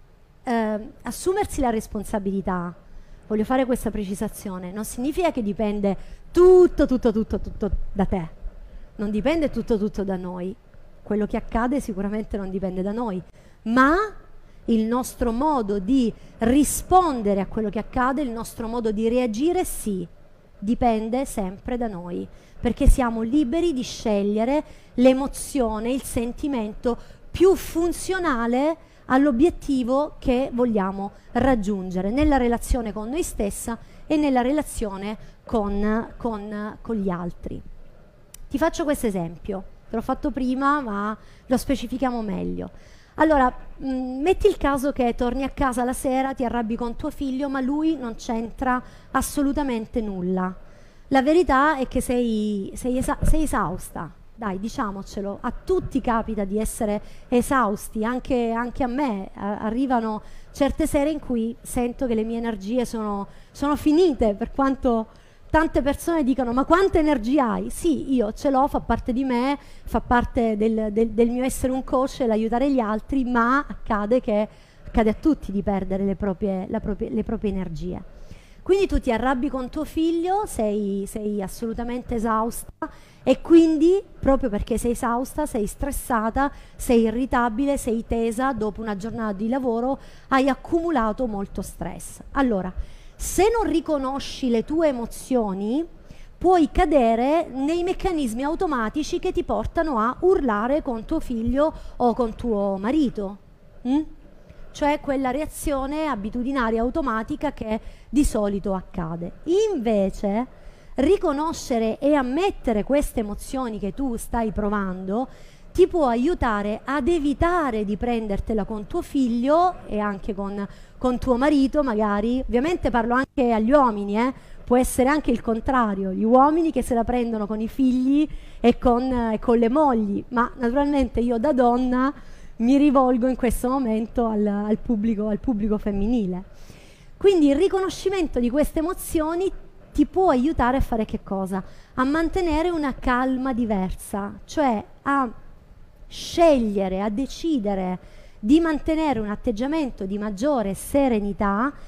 Speaker 1: eh, assumersi la responsabilità, voglio fare questa precisazione, non significa che dipende tutto, tutto, tutto, tutto da te. Non dipende tutto, tutto da noi. Quello che accade sicuramente non dipende da noi, ma il nostro modo di rispondere a quello che accade, il nostro modo di reagire, sì, dipende sempre da noi, perché siamo liberi di scegliere l'emozione, il sentimento più funzionale all'obiettivo che vogliamo raggiungere nella relazione con noi stessa e nella relazione con, con, con gli altri. Ti faccio questo esempio, te l'ho fatto prima ma lo specifichiamo meglio. Allora, mh, metti il caso che torni a casa la sera, ti arrabbi con tuo figlio, ma lui non c'entra assolutamente nulla. La verità è che sei, sei, esa- sei esausta, dai, diciamocelo. A tutti capita di essere esausti, anche, anche a me. A- arrivano certe sere in cui sento che le mie energie sono, sono finite, per quanto tante persone dicono: ma quanta energia hai? Sì, io ce l'ho, fa parte di me, fa parte del, del, del mio essere un coach, l'aiutare gli altri, ma accade che accade a tutti di perdere le proprie, la proprie, le proprie energie. Quindi tu ti arrabbi con tuo figlio, sei, sei assolutamente esausta e quindi, proprio perché sei esausta, sei stressata, sei irritabile, sei tesa, dopo una giornata di lavoro hai accumulato molto stress. Allora, se non riconosci le tue emozioni, puoi cadere nei meccanismi automatici che ti portano a urlare con tuo figlio o con tuo marito. Mm? Cioè quella reazione abitudinaria automatica che di solito accade. Invece, riconoscere e ammettere queste emozioni che tu stai provando ti può aiutare ad evitare di prendertela con tuo figlio e anche con, con tuo marito, magari. Ovviamente parlo anche agli uomini, eh? Può essere anche il contrario, gli uomini che se la prendono con i figli e con, eh, con le mogli, ma naturalmente io da donna mi rivolgo in questo momento al, al, pubblico, al pubblico femminile. Quindi il riconoscimento di queste emozioni ti può aiutare a fare che cosa? A mantenere una calma diversa, cioè a scegliere, a decidere di mantenere un atteggiamento di maggiore serenità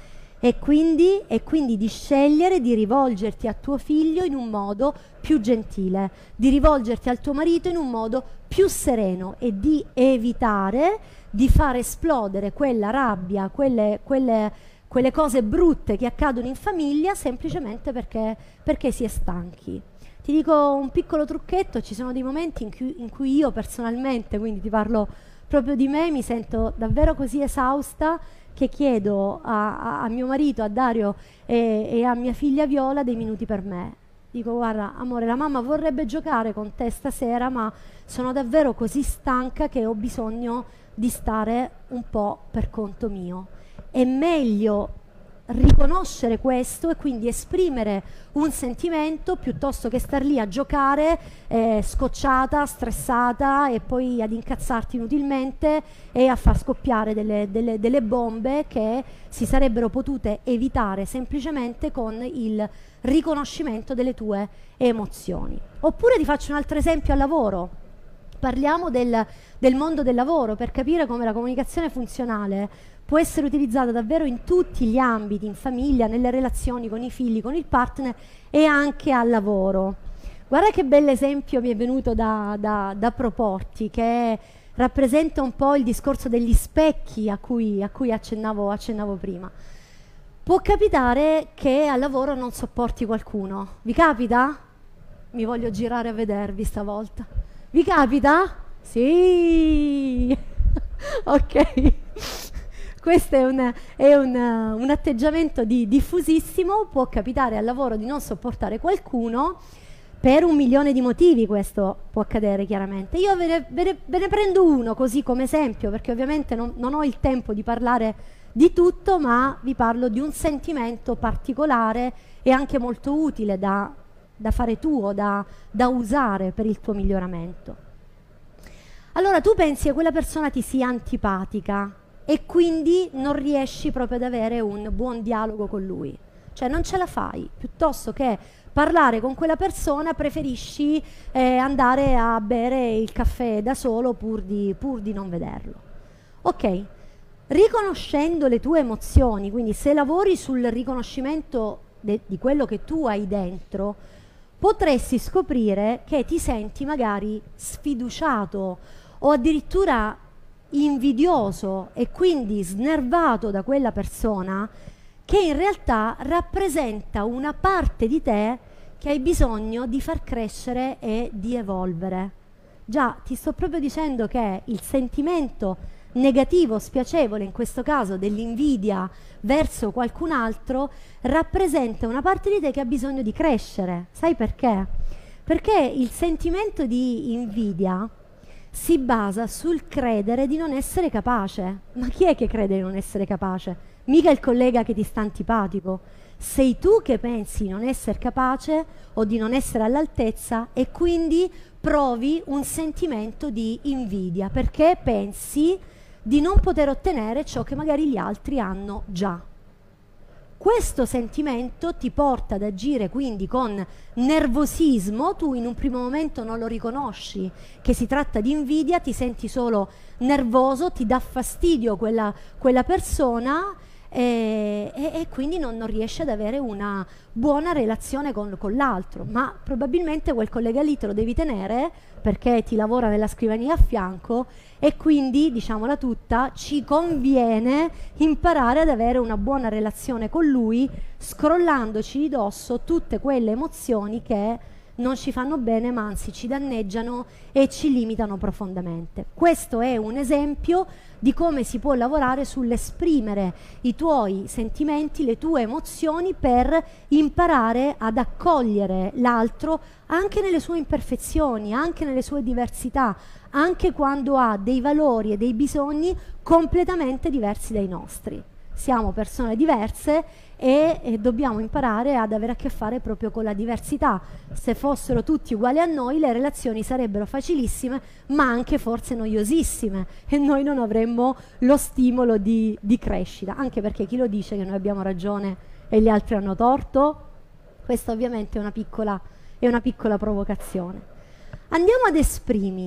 Speaker 1: E quindi, e quindi di scegliere di rivolgerti a tuo figlio in un modo più gentile, di rivolgerti al tuo marito in un modo più sereno e di evitare di far esplodere quella rabbia, quelle, quelle, quelle cose brutte che accadono in famiglia semplicemente perché, perché si è stanchi. Ti dico un piccolo trucchetto: ci sono dei momenti in cui, in cui io personalmente, quindi ti parlo proprio di me, mi sento davvero così esausta che chiedo a, a, a mio marito, a Dario e, e a mia figlia Viola dei minuti per me. Dico: guarda amore, la mamma vorrebbe giocare con te stasera, ma sono davvero così stanca che ho bisogno di stare un po' per conto mio. È meglio riconoscere questo e quindi esprimere un sentimento piuttosto che star lì a giocare eh, scocciata, stressata e poi ad incazzarti inutilmente e a far scoppiare delle, delle, delle bombe che si sarebbero potute evitare semplicemente con il riconoscimento delle tue emozioni. Oppure ti faccio un altro esempio al lavoro. Parliamo del, del mondo del lavoro per capire come la comunicazione funzionale può essere utilizzata davvero in tutti gli ambiti, in famiglia, nelle relazioni con i figli, con il partner e anche al lavoro. Guarda che bell'esempio mi è venuto da, da, da proporti, che rappresenta un po' il discorso degli specchi a cui, a cui accennavo, accennavo prima. Può capitare che al lavoro non sopporti qualcuno. Vi capita? Mi voglio girare a vedervi stavolta. Vi capita? Sì! Ok. Questo è, un, è un, un atteggiamento di, diffusissimo. Può capitare al lavoro di non sopportare qualcuno per un milione di motivi. Questo può accadere chiaramente. Io ve ne, ve ne, ve ne prendo uno così come esempio, perché ovviamente non, non ho il tempo di parlare di tutto, ma vi parlo di un sentimento particolare e anche molto utile da, da fare tuo, da, da usare per il tuo miglioramento. Allora tu pensi che quella persona ti sia antipatica e quindi non riesci proprio ad avere un buon dialogo con lui, cioè non ce la fai, piuttosto che parlare con quella persona preferisci eh, andare a bere il caffè da solo pur di, pur di non vederlo. Ok, riconoscendo le tue emozioni, quindi se lavori sul riconoscimento de, di quello che tu hai dentro, potresti scoprire che ti senti magari sfiduciato o addirittura invidioso e quindi snervato da quella persona che in realtà rappresenta una parte di te che hai bisogno di far crescere e di evolvere. Già, ti sto proprio dicendo che il sentimento negativo, spiacevole, in questo caso dell'invidia verso qualcun altro, rappresenta una parte di te che ha bisogno di crescere. Sai perché? Perché il sentimento di invidia si basa sul credere di non essere capace. Ma chi è che crede di non essere capace? Mica il collega che ti sta antipatico. Sei tu che pensi di non essere capace o di non essere all'altezza e quindi provi un sentimento di invidia perché pensi di non poter ottenere ciò che magari gli altri hanno già. Questo sentimento ti porta ad agire quindi con nervosismo. Tu in un primo momento non lo riconosci che si tratta di invidia, ti senti solo nervoso, ti dà fastidio quella, quella persona e, e, e quindi non, non riesci ad avere una buona relazione con, con l'altro, ma probabilmente quel collega lì te lo devi tenere perché ti lavora nella scrivania a fianco e quindi, diciamola tutta, ci conviene imparare ad avere una buona relazione con lui, scrollandoci di dosso tutte quelle emozioni che non ci fanno bene, ma anzi ci danneggiano e ci limitano profondamente. Questo è un esempio di come si può lavorare sull'esprimere i tuoi sentimenti, le tue emozioni per imparare ad accogliere l'altro anche nelle sue imperfezioni, anche nelle sue diversità, anche quando ha dei valori e dei bisogni completamente diversi dai nostri. Siamo persone diverse e, e dobbiamo imparare ad avere a che fare proprio con la diversità. Se fossero tutti uguali a noi, le relazioni sarebbero facilissime, ma anche forse noiosissime, e noi non avremmo lo stimolo di, di crescita. Anche perché chi lo dice che noi abbiamo ragione e gli altri hanno torto? Questa ovviamente è una piccola, è una piccola provocazione. Andiamo ad esprimi.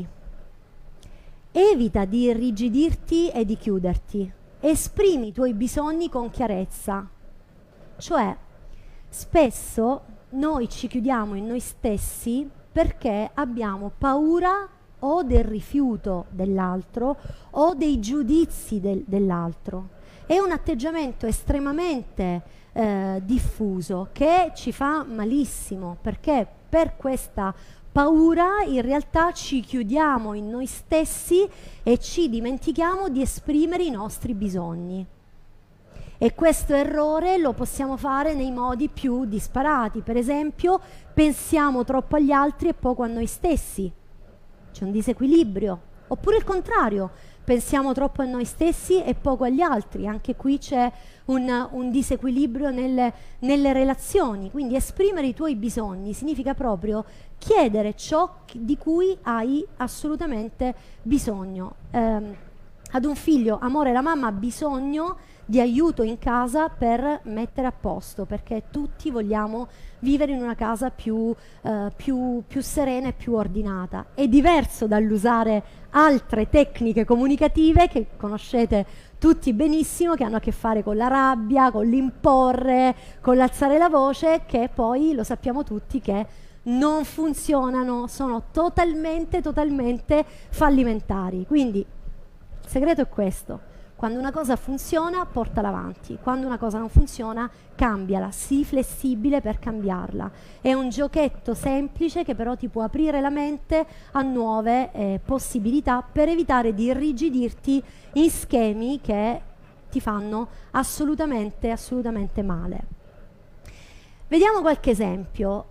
Speaker 1: Evita di irrigidirti e di chiuderti. Esprimi i tuoi bisogni con chiarezza. Cioè, spesso noi ci chiudiamo in noi stessi perché abbiamo paura o del rifiuto dell'altro o dei giudizi del, dell'altro. È un atteggiamento estremamente eh, diffuso che ci fa malissimo, perché per questa paura in realtà ci chiudiamo in noi stessi e ci dimentichiamo di esprimere i nostri bisogni. E questo errore lo possiamo fare nei modi più disparati. Per esempio, pensiamo troppo agli altri e poco a noi stessi. C'è un disequilibrio. Oppure il contrario, pensiamo troppo a noi stessi e poco agli altri. Anche qui c'è un, un disequilibrio nelle, nelle relazioni. Quindi esprimere i tuoi bisogni significa proprio chiedere ciò di cui hai assolutamente bisogno. Eh, ad un figlio, amore, la mamma ha bisogno di aiuto in casa per mettere a posto, perché tutti vogliamo vivere in una casa più, eh, più, più serena e più ordinata. È diverso dall'usare altre tecniche comunicative che conoscete tutti benissimo, che hanno a che fare con la rabbia, con l'imporre, con l'alzare la voce, che poi lo sappiamo tutti che non funzionano, sono totalmente, totalmente fallimentari. Quindi il segreto è questo: quando una cosa funziona, portala avanti. Quando una cosa non funziona, cambiala. Sii flessibile per cambiarla. È un giochetto semplice che però ti può aprire la mente a nuove eh, possibilità per evitare di irrigidirti in schemi che ti fanno assolutamente, assolutamente male. Vediamo qualche esempio.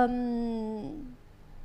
Speaker 1: Um,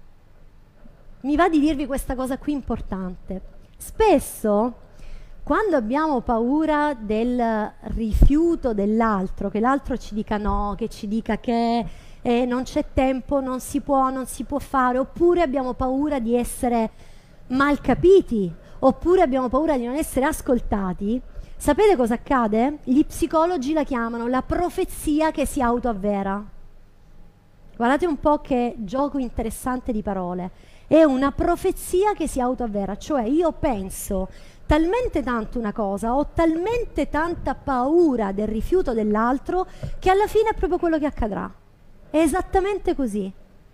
Speaker 1: mi va di dirvi questa cosa qui importante. Spesso, quando abbiamo paura del rifiuto dell'altro, che l'altro ci dica no, che ci dica che eh, non c'è tempo, non si può, non si può fare, oppure abbiamo paura di essere mal capiti, oppure abbiamo paura di non essere ascoltati, sapete cosa accade? Gli psicologi la chiamano la profezia che si autoavvera. Guardate un po' che gioco interessante di parole. È una profezia che si autoavvera, cioè io penso talmente tanto una cosa, ho talmente tanta paura del rifiuto dell'altro che alla fine è proprio quello che accadrà. È esattamente così.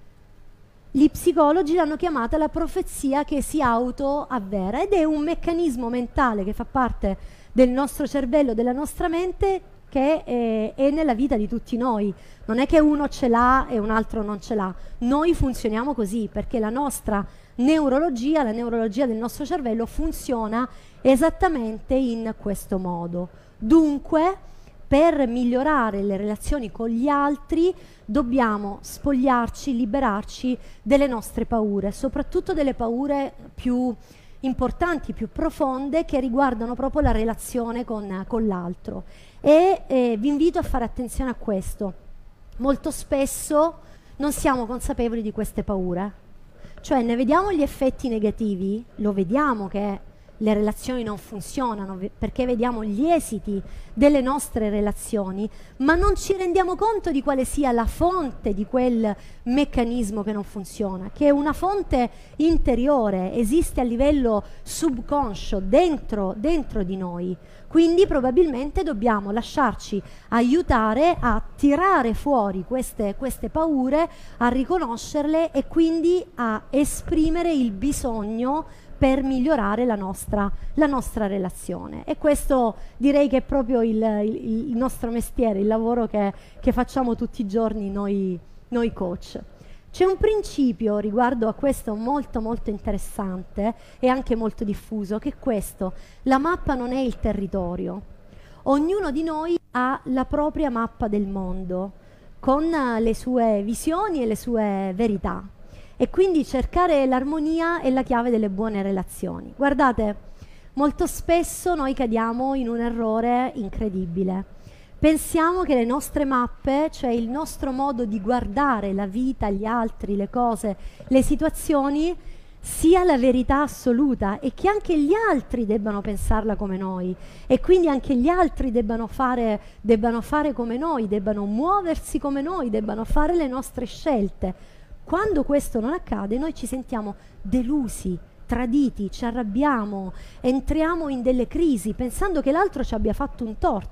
Speaker 1: Gli psicologi l'hanno chiamata la profezia che si autoavvera ed è un meccanismo mentale che fa parte del nostro cervello, della nostra mente, che è, è nella vita di tutti noi. Non è che uno ce l'ha e un altro non ce l'ha. Noi funzioniamo così perché la nostra neurologia, la neurologia del nostro cervello funziona esattamente in questo modo. Dunque, per migliorare le relazioni con gli altri dobbiamo spogliarci, liberarci delle nostre paure, soprattutto delle paure più importanti, più profonde, che riguardano proprio la relazione con, con l'altro. E eh, vi invito a fare attenzione a questo. Molto spesso non siamo consapevoli di queste paure. Cioè ne vediamo gli effetti negativi, lo vediamo che le relazioni non funzionano perché vediamo gli esiti delle nostre relazioni, ma non ci rendiamo conto di quale sia la fonte di quel meccanismo che non funziona, che è una fonte interiore, esiste a livello subconscio, dentro, dentro di noi. Quindi probabilmente dobbiamo lasciarci aiutare a tirare fuori queste, queste paure, a riconoscerle e quindi a esprimere il bisogno per migliorare la nostra, la nostra relazione. E questo direi che è proprio il, il, il nostro mestiere, il lavoro che, che facciamo tutti i giorni noi, noi coach. C'è un principio riguardo a questo molto molto interessante e anche molto diffuso, che è questo: la mappa non è il territorio. Ognuno di noi ha la propria mappa del mondo, con le sue visioni e le sue verità. E quindi cercare l'armonia è la chiave delle buone relazioni. Guardate, molto spesso noi cadiamo in un errore incredibile. Pensiamo che le nostre mappe, cioè il nostro modo di guardare la vita, gli altri, le cose, le situazioni, sia la verità assoluta e che anche gli altri debbano pensarla come noi e quindi anche gli altri debbano fare, debbano fare come noi, debbano muoversi come noi, debbano fare le nostre scelte. Quando questo non accade, noi ci sentiamo delusi, traditi, ci arrabbiamo, entriamo in delle crisi pensando che l'altro ci abbia fatto un torto,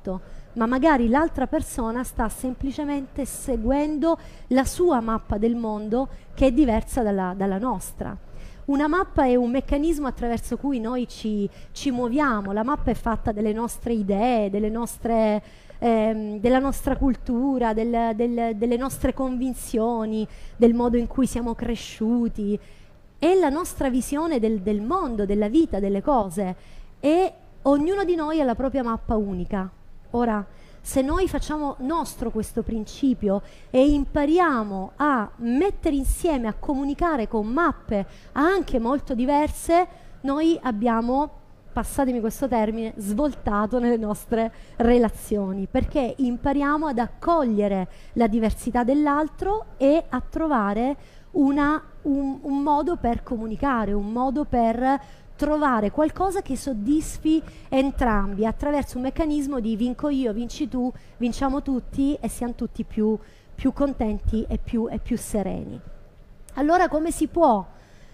Speaker 1: ma magari l'altra persona sta semplicemente seguendo la sua mappa del mondo che è diversa dalla, dalla nostra. Una mappa è un meccanismo attraverso cui noi ci, ci muoviamo, la mappa è fatta delle nostre idee, delle nostre, ehm, della nostra cultura, del, del, delle nostre convinzioni, del modo in cui siamo cresciuti, è la nostra visione del, del mondo, della vita, delle cose, e ognuno di noi ha la propria mappa unica. Ora, se noi facciamo nostro questo principio e impariamo a mettere insieme, a comunicare con mappe anche molto diverse, noi abbiamo, passatemi questo termine, svoltato nelle nostre relazioni, perché impariamo ad accogliere la diversità dell'altro e a trovare una, un, un modo per comunicare, un modo per trovare qualcosa che soddisfi entrambi attraverso un meccanismo di vinco io, vinci tu, vinciamo tutti e siamo tutti più, più contenti e più, e più sereni. Allora, come si può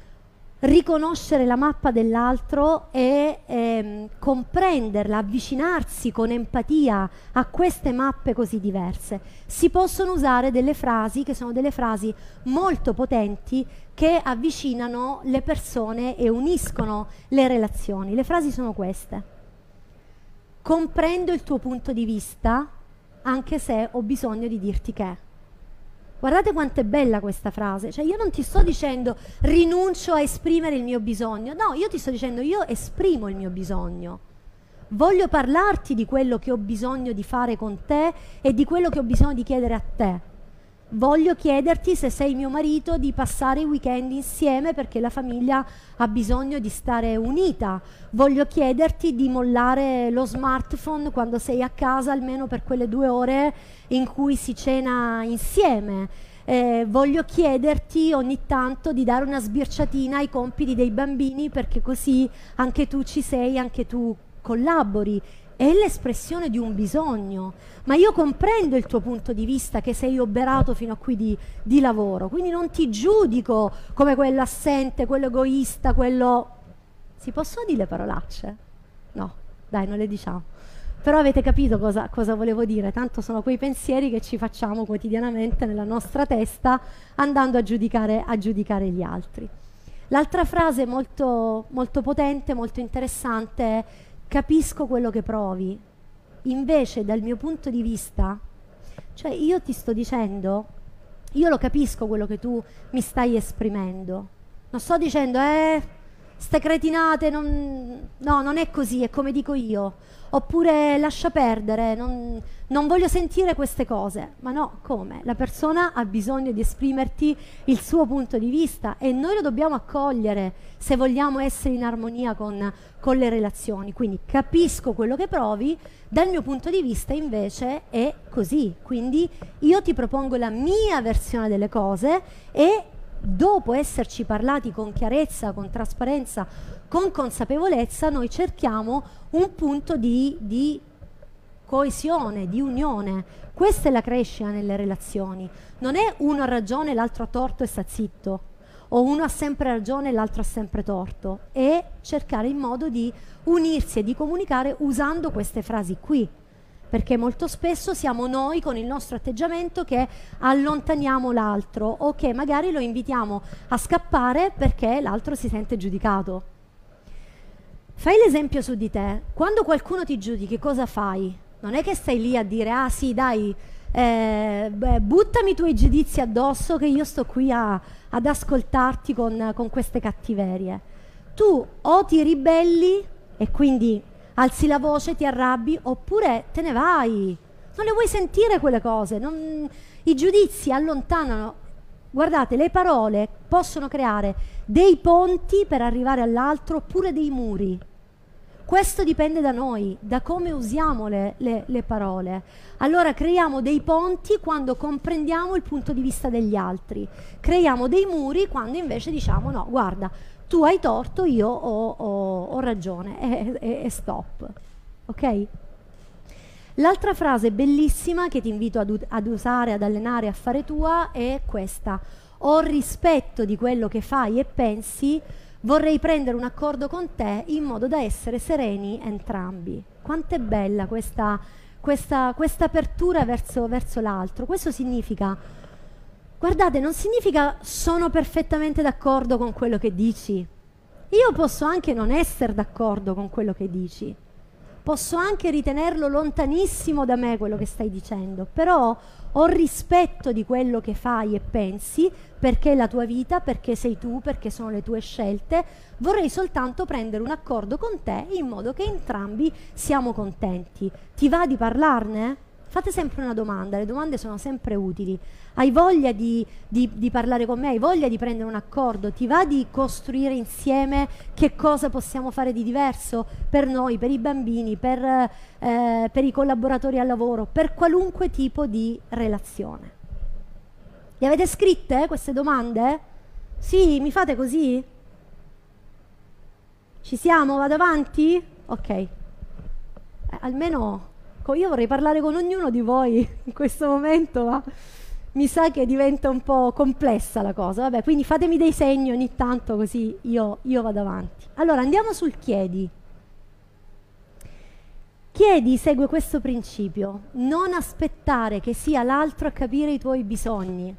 Speaker 1: riconoscere la mappa dell'altro e ehm, comprenderla, avvicinarsi con empatia a queste mappe così diverse? Si possono usare delle frasi che sono delle frasi molto potenti che avvicinano le persone e uniscono le relazioni. Le frasi sono queste: comprendo il tuo punto di vista anche se ho bisogno di dirti che. Guardate quanto è bella questa frase, cioè io non ti sto dicendo rinuncio a esprimere il mio bisogno, no, io ti sto dicendo io esprimo il mio bisogno, voglio parlarti di quello che ho bisogno di fare con te e di quello che ho bisogno di chiedere a te, voglio chiederti, se sei mio marito, di passare i weekend insieme perché la famiglia ha bisogno di stare unita, voglio chiederti di mollare lo smartphone quando sei a casa almeno per quelle due ore in cui si cena insieme, eh, voglio chiederti ogni tanto di dare una sbirciatina ai compiti dei bambini perché così anche tu ci sei, anche tu collabori. È l'espressione di un bisogno, ma io comprendo il tuo punto di vista che sei oberato fino a qui di, di lavoro, quindi non ti giudico come quello assente, quello egoista, quello... Si possono dire le parolacce? No, dai, non le diciamo. Però avete capito cosa, cosa volevo dire, tanto sono quei pensieri che ci facciamo quotidianamente nella nostra testa andando a giudicare, a giudicare gli altri. L'altra frase molto, molto potente, molto interessante è: capisco quello che provi. Invece, dal mio punto di vista, cioè io ti sto dicendo, io lo capisco quello che tu mi stai esprimendo. Non sto dicendo, eh, ste cretinate, non, no, non è così, è come dico io. Oppure lascia perdere, non, non voglio sentire queste cose. Ma no, come? La persona ha bisogno di esprimerti il suo punto di vista e noi lo dobbiamo accogliere se vogliamo essere in armonia con, con le relazioni. Quindi capisco quello che provi, dal mio punto di vista invece è così. Quindi io ti propongo la mia versione delle cose e dopo esserci parlati con chiarezza, con trasparenza, con consapevolezza, noi cerchiamo un punto di, di coesione, di unione. Questa è la crescita nelle relazioni. Non è uno ha ragione e l'altro ha torto e sta zitto, o uno ha sempre ragione e l'altro ha sempre torto. È cercare il modo di unirsi e di comunicare usando queste frasi qui, perché molto spesso siamo noi con il nostro atteggiamento che allontaniamo l'altro o che magari lo invitiamo a scappare perché l'altro si sente giudicato. Fai l'esempio su di te: quando qualcuno ti giudichi, cosa fai? Non è che stai lì a dire ah sì dai, eh, beh, buttami i tuoi giudizi addosso che io sto qui a, ad ascoltarti con, con queste cattiverie. Tu o ti ribelli e quindi alzi la voce, ti arrabbi, oppure te ne vai. Non le vuoi sentire quelle cose. Non, i giudizi allontanano. Guardate, le parole possono creare dei ponti per arrivare all'altro oppure dei muri. Questo dipende da noi, da come usiamo le, le, le parole. Allora creiamo dei ponti quando comprendiamo il punto di vista degli altri. Creiamo dei muri quando invece diciamo no, guarda, tu hai torto, io ho, ho, ho ragione e, e, e stop. Ok? L'altra frase bellissima che ti invito ad, ad usare, ad allenare, a fare tua è questa: ho rispetto di quello che fai e pensi, vorrei prendere un accordo con te in modo da essere sereni entrambi. Quanto è bella questa, questa, questa apertura verso, verso l'altro. Questo significa, guardate, non significa sono perfettamente d'accordo con quello che dici. Io posso anche non essere d'accordo con quello che dici, posso anche ritenerlo lontanissimo da me quello che stai dicendo, però ho rispetto di quello che fai e pensi, perché è la tua vita, perché sei tu, perché sono le tue scelte. Vorrei soltanto prendere un accordo con te in modo che entrambi siamo contenti. Ti va di parlarne? Fate sempre una domanda, le domande sono sempre utili. Hai voglia di, di, di parlare con me? Hai voglia di prendere un accordo? Ti va di costruire insieme che cosa possiamo fare di diverso per noi, per i bambini, per, eh, per i collaboratori al lavoro, per qualunque tipo di relazione? Le avete scritte queste domande? Sì, mi fate così? Ci siamo? Vado avanti? Ok. Eh, almeno io vorrei parlare con ognuno di voi in questo momento, ma mi sa che diventa un po' complessa la cosa. Vabbè, quindi fatemi dei segni ogni tanto, così io, io vado avanti. Allora, andiamo sul chiedi. Chiedi segue questo principio: non aspettare che sia l'altro a capire i tuoi bisogni.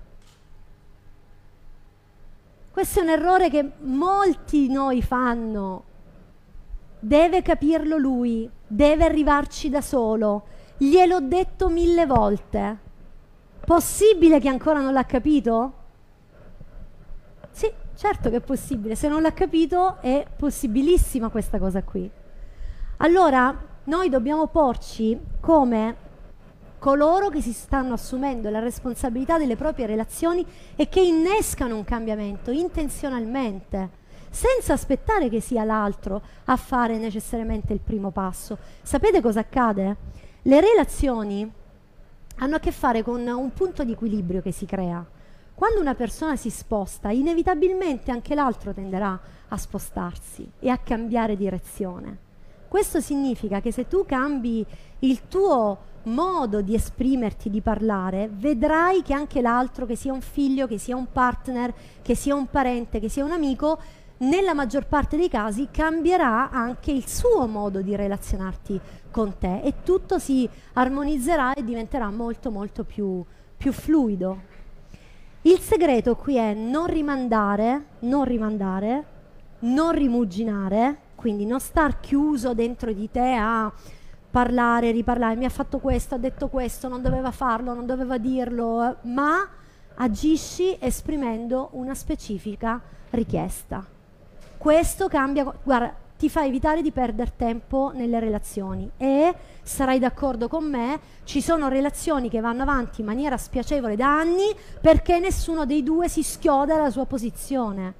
Speaker 1: Questo è un errore che molti di noi fanno. Deve capirlo lui, deve arrivarci da solo. Gliel'ho detto mille volte. Possibile che ancora non l'ha capito? Sì, certo che è possibile. Se non l'ha capito è possibilissima questa cosa qui. Allora, noi dobbiamo porci come coloro che si stanno assumendo la responsabilità delle proprie relazioni e che innescano un cambiamento intenzionalmente, senza aspettare che sia l'altro a fare necessariamente il primo passo. Sapete cosa accade? Le relazioni hanno a che fare con un punto di equilibrio che si crea. Quando una persona si sposta, inevitabilmente anche l'altro tenderà a spostarsi e a cambiare direzione. Questo significa che se tu cambi il tuo modo di esprimerti, di parlare, vedrai che anche l'altro, che sia un figlio, che sia un partner, che sia un parente, che sia un amico, nella maggior parte dei casi cambierà anche il suo modo di relazionarti con te e tutto si armonizzerà e diventerà molto molto più, più fluido. Il segreto qui è non rimandare, non rimandare, non rimuginare, quindi non star chiuso dentro di te a parlare, riparlare, mi ha fatto questo, ha detto questo, non doveva farlo, non doveva dirlo, ma agisci esprimendo una specifica richiesta. Questo cambia, guarda, ti fa evitare di perdere tempo nelle relazioni e sarai d'accordo con me, ci sono relazioni che vanno avanti in maniera spiacevole da anni perché nessuno dei due si schioda la sua posizione.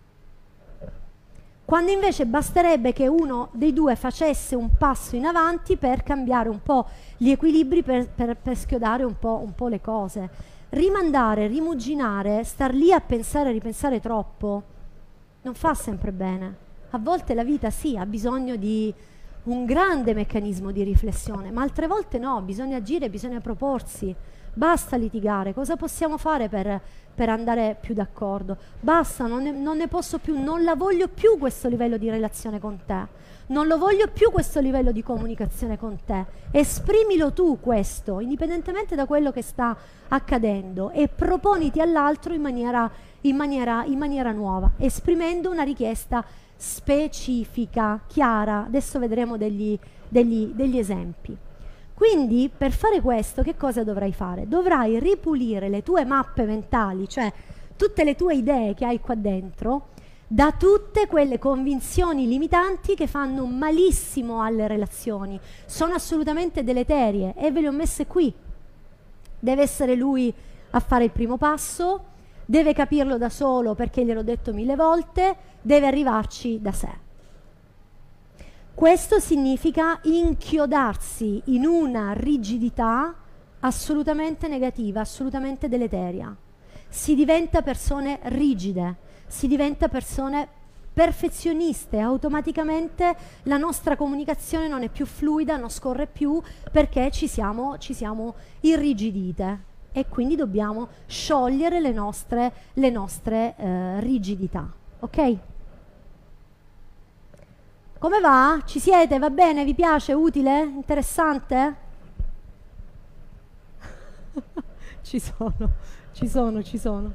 Speaker 1: Quando invece basterebbe che uno dei due facesse un passo in avanti per cambiare un po' gli equilibri, per, per, per schiodare un po', un po' le cose. Rimandare, rimuginare, star lì a pensare e ripensare troppo non fa sempre bene. A volte la vita sì, ha bisogno di un grande meccanismo di riflessione, ma altre volte no, bisogna agire, bisogna proporsi. Basta litigare, cosa possiamo fare per, per andare più d'accordo? Basta, non ne, non ne posso più, non la voglio più questo livello di relazione con te, non lo voglio più questo livello di comunicazione con te. Esprimilo tu questo, indipendentemente da quello che sta accadendo, e proponiti all'altro in maniera, in maniera, in maniera nuova, esprimendo una richiesta specifica, chiara. Adesso vedremo degli, degli, degli esempi. Quindi per fare questo che cosa dovrai fare? Dovrai ripulire le tue mappe mentali, cioè tutte le tue idee che hai qua dentro, da tutte quelle convinzioni limitanti che fanno malissimo alle relazioni, sono assolutamente deleterie e ve le ho messe qui. Deve essere lui a fare il primo passo, deve capirlo da solo perché gliel'ho detto mille volte, deve arrivarci da sé. Questo significa inchiodarsi in una rigidità assolutamente negativa, assolutamente deleteria. Si diventa persone rigide, si diventa persone perfezioniste, automaticamente la nostra comunicazione non è più fluida, non scorre più perché ci siamo, ci siamo irrigidite e quindi dobbiamo sciogliere le nostre, le nostre eh, rigidità. Ok? Come va? Ci siete? Va bene? Vi piace? Utile? Interessante? Ci sono, ci sono, ci sono.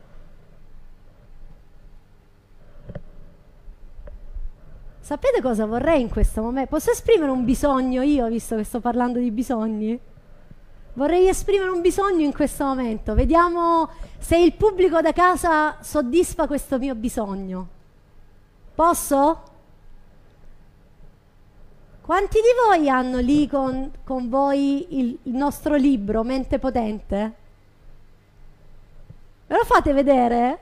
Speaker 1: Sapete cosa vorrei in questo momento? Posso esprimere un bisogno io, visto che sto parlando di bisogni? Vorrei esprimere un bisogno in questo momento. Vediamo se il pubblico da casa soddisfa questo mio bisogno. Posso? Quanti di voi hanno lì con, con voi il, il nostro libro, Mente Potente? Me lo fate vedere?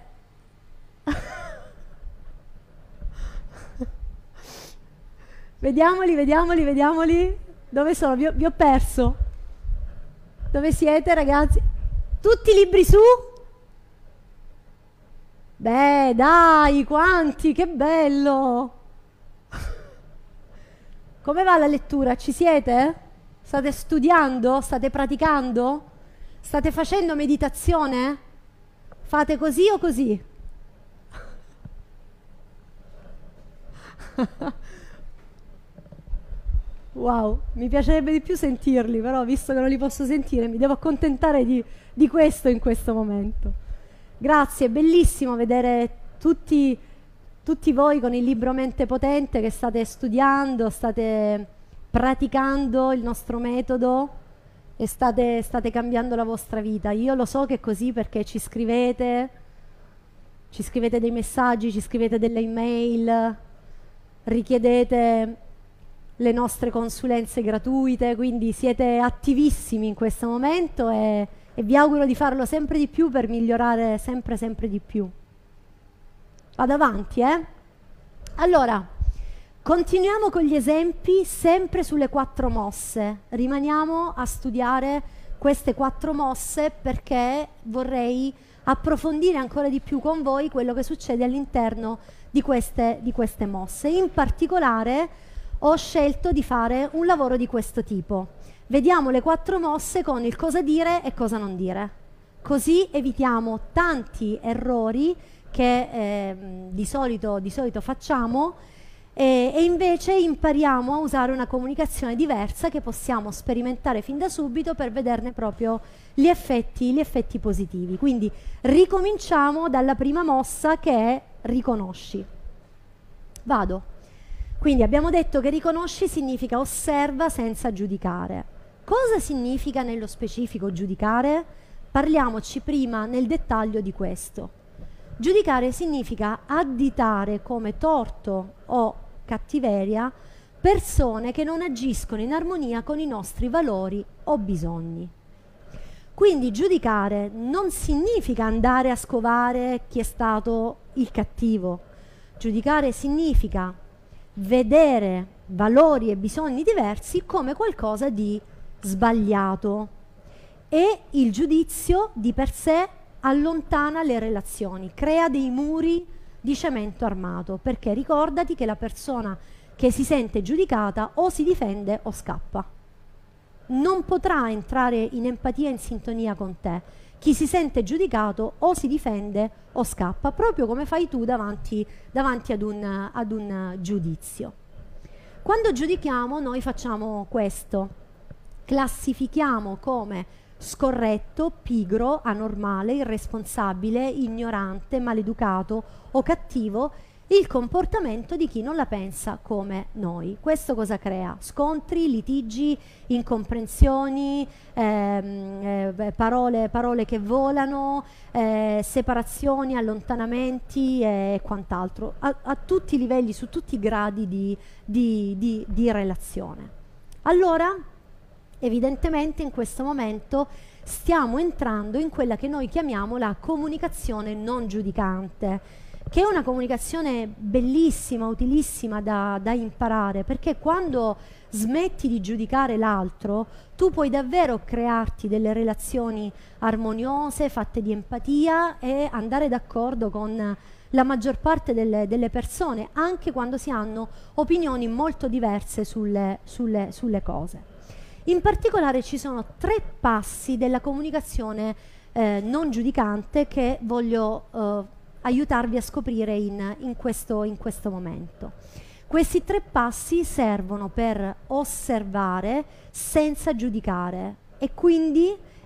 Speaker 1: Vediamoli, vediamoli, vediamoli. Dove sono? Vi ho, vi ho perso. Dove siete, ragazzi? Tutti libri su? Beh, dai, quanti, che bello! Come va la lettura? Ci siete? State studiando? State praticando? State facendo meditazione? Fate così o così? Wow, mi piacerebbe di più sentirli, però visto che non li posso sentire mi devo accontentare di, di questo in questo momento. Grazie, è bellissimo vedere tutti, tutti voi con il libro Mente Potente che state studiando, state praticando il nostro metodo e state, state cambiando la vostra vita. Io lo so che è così perché ci scrivete, ci scrivete dei messaggi, ci scrivete delle email, richiedete le nostre consulenze gratuite, quindi siete attivissimi in questo momento e, e vi auguro di farlo sempre di più per migliorare sempre sempre di più. Vado avanti, eh? Allora, continuiamo con gli esempi sempre sulle quattro mosse. Rimaniamo a studiare queste quattro mosse perché vorrei approfondire ancora di più con voi quello che succede all'interno di queste, di queste mosse. In particolare ho scelto di fare un lavoro di questo tipo. Vediamo le quattro mosse con il cosa dire e cosa non dire. Così evitiamo tanti errori che eh, di, solito, di solito facciamo e, e invece impariamo a usare una comunicazione diversa che possiamo sperimentare fin da subito per vederne proprio gli effetti, gli effetti positivi. Quindi ricominciamo dalla prima mossa che è riconosci. Vado. Quindi abbiamo detto che riconosci significa osserva senza giudicare. Cosa significa nello specifico giudicare? Parliamoci prima nel dettaglio di questo. Giudicare significa additare come torto o cattiveria persone che non agiscono in armonia con i nostri valori o bisogni. Quindi giudicare non significa andare a scovare chi è stato il cattivo. Giudicare significa vedere valori e bisogni diversi come qualcosa di sbagliato e il giudizio di per sé allontana le relazioni, crea dei muri di cemento armato, perché ricordati che la persona che si sente giudicata o si difende o scappa. Non potrà entrare in empatia e in sintonia con te. Chi si sente giudicato o si difende o scappa, proprio come fai tu davanti, davanti ad, un, ad un giudizio. Quando giudichiamo noi facciamo questo, classifichiamo come scorretto, pigro, anormale, irresponsabile, ignorante, maleducato o cattivo il comportamento di chi non la pensa come noi. Questo cosa crea? Scontri, litigi, incomprensioni, ehm, eh, parole, parole che volano, eh, separazioni, allontanamenti e quant'altro, a, a tutti i livelli, su tutti i gradi di, di, di, di relazione. Allora, evidentemente in questo momento stiamo entrando in quella che noi chiamiamo la comunicazione non giudicante, che è una comunicazione bellissima, utilissima da, da imparare, perché quando smetti di giudicare l'altro, tu puoi davvero crearti delle relazioni armoniose, fatte di empatia e andare d'accordo con la maggior parte delle, delle persone, anche quando si hanno opinioni molto diverse sulle, sulle, sulle cose. In particolare ci sono tre passi della comunicazione eh, non giudicante che voglio eh, aiutarvi a scoprire in, in, questo, in questo momento. Questi tre passi servono per osservare senza giudicare e quindi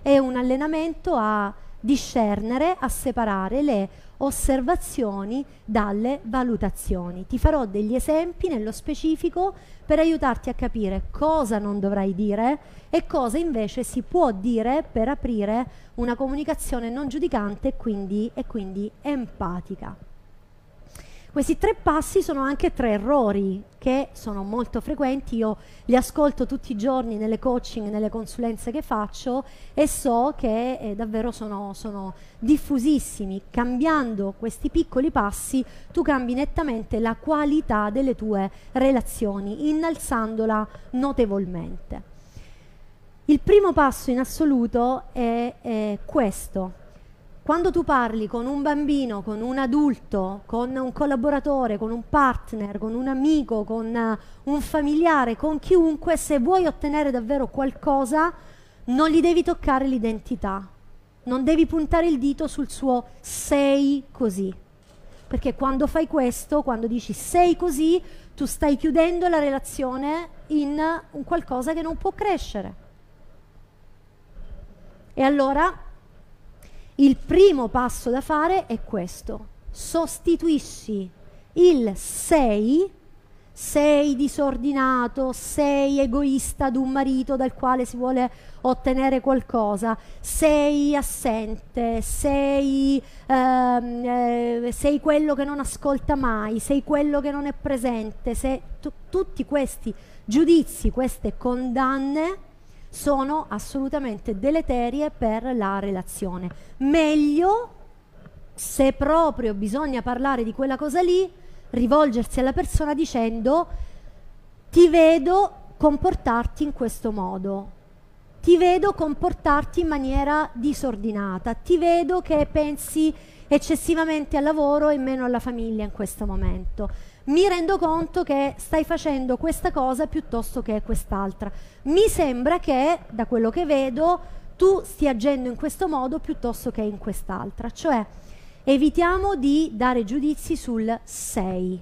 Speaker 1: è un allenamento a discernere, a separare le osservazioni dalle valutazioni. Ti farò degli esempi nello specifico per aiutarti a capire cosa non dovrai dire e cosa invece si può dire per aprire una comunicazione non giudicante e quindi, e quindi empatica. Questi tre passi sono anche tre errori che sono molto frequenti, io li ascolto tutti i giorni nelle coaching, nelle consulenze che faccio e so che eh, davvero sono, sono diffusissimi. Cambiando questi piccoli passi tu cambi nettamente la qualità delle tue relazioni, innalzandola notevolmente. Il primo passo in assoluto è, è questo. Quando tu parli con un bambino, con un adulto, con un collaboratore, con un partner, con un amico, con uh, un familiare, con chiunque, se vuoi ottenere davvero qualcosa, non gli devi toccare l'identità. Non devi puntare il dito sul suo sei così. Perché quando fai questo, quando dici sei così, tu stai chiudendo la relazione in un qualcosa che non può crescere. E allora il primo passo da fare è questo: sostituisci il sei, sei disordinato, sei egoista ad un marito dal quale si vuole ottenere qualcosa, sei assente, sei, ehm, eh, sei quello che non ascolta mai, sei quello che non è presente, sei, tutti questi giudizi, queste condanne sono assolutamente deleterie per la relazione. Meglio, se proprio bisogna parlare di quella cosa lì, rivolgersi alla persona dicendo: ti vedo comportarti in questo modo, ti vedo comportarti in maniera disordinata, ti vedo che pensi eccessivamente al lavoro e meno alla famiglia in questo momento. Mi rendo conto che stai facendo questa cosa piuttosto che quest'altra. Mi sembra che, da quello che vedo, tu stia agendo in questo modo piuttosto che in quest'altra. Cioè, evitiamo di dare giudizi sul sei.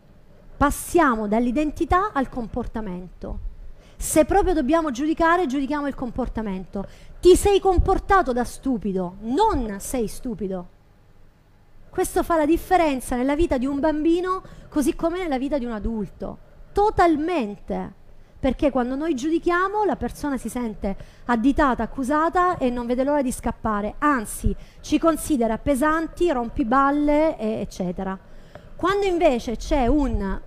Speaker 1: Passiamo dall'identità al comportamento. Se proprio dobbiamo giudicare, giudichiamo il comportamento. Ti sei comportato da stupido, non sei stupido. Questo fa la differenza nella vita di un bambino così come nella vita di un adulto, totalmente, perché quando noi giudichiamo la persona si sente additata, accusata e non vede l'ora di scappare, anzi ci considera pesanti, rompiballe, e eccetera. Quando invece c'è un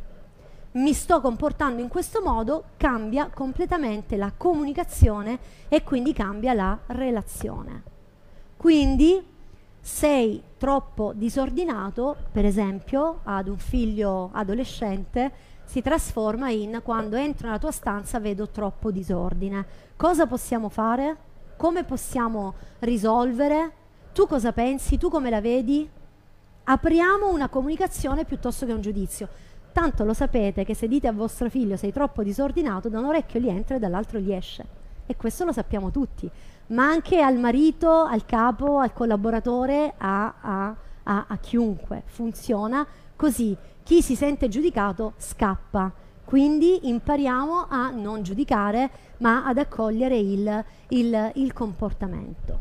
Speaker 1: mi sto comportando in questo modo, cambia completamente la comunicazione e quindi cambia la relazione. Quindi sei troppo disordinato, per esempio, ad un figlio adolescente, si trasforma in: quando entro nella tua stanza vedo troppo disordine. Cosa possiamo fare? Come possiamo risolvere? Tu cosa pensi? Tu come la vedi? Apriamo una comunicazione piuttosto che un giudizio. Tanto lo sapete che se dite a vostro figlio sei troppo disordinato, da un orecchio gli entra e dall'altro gli esce. E questo lo sappiamo tutti. Ma anche al marito, al capo, al collaboratore, a, a, a, a chiunque. Funziona così. Chi si sente giudicato scappa. Quindi impariamo a non giudicare, ma ad accogliere il, il, il comportamento.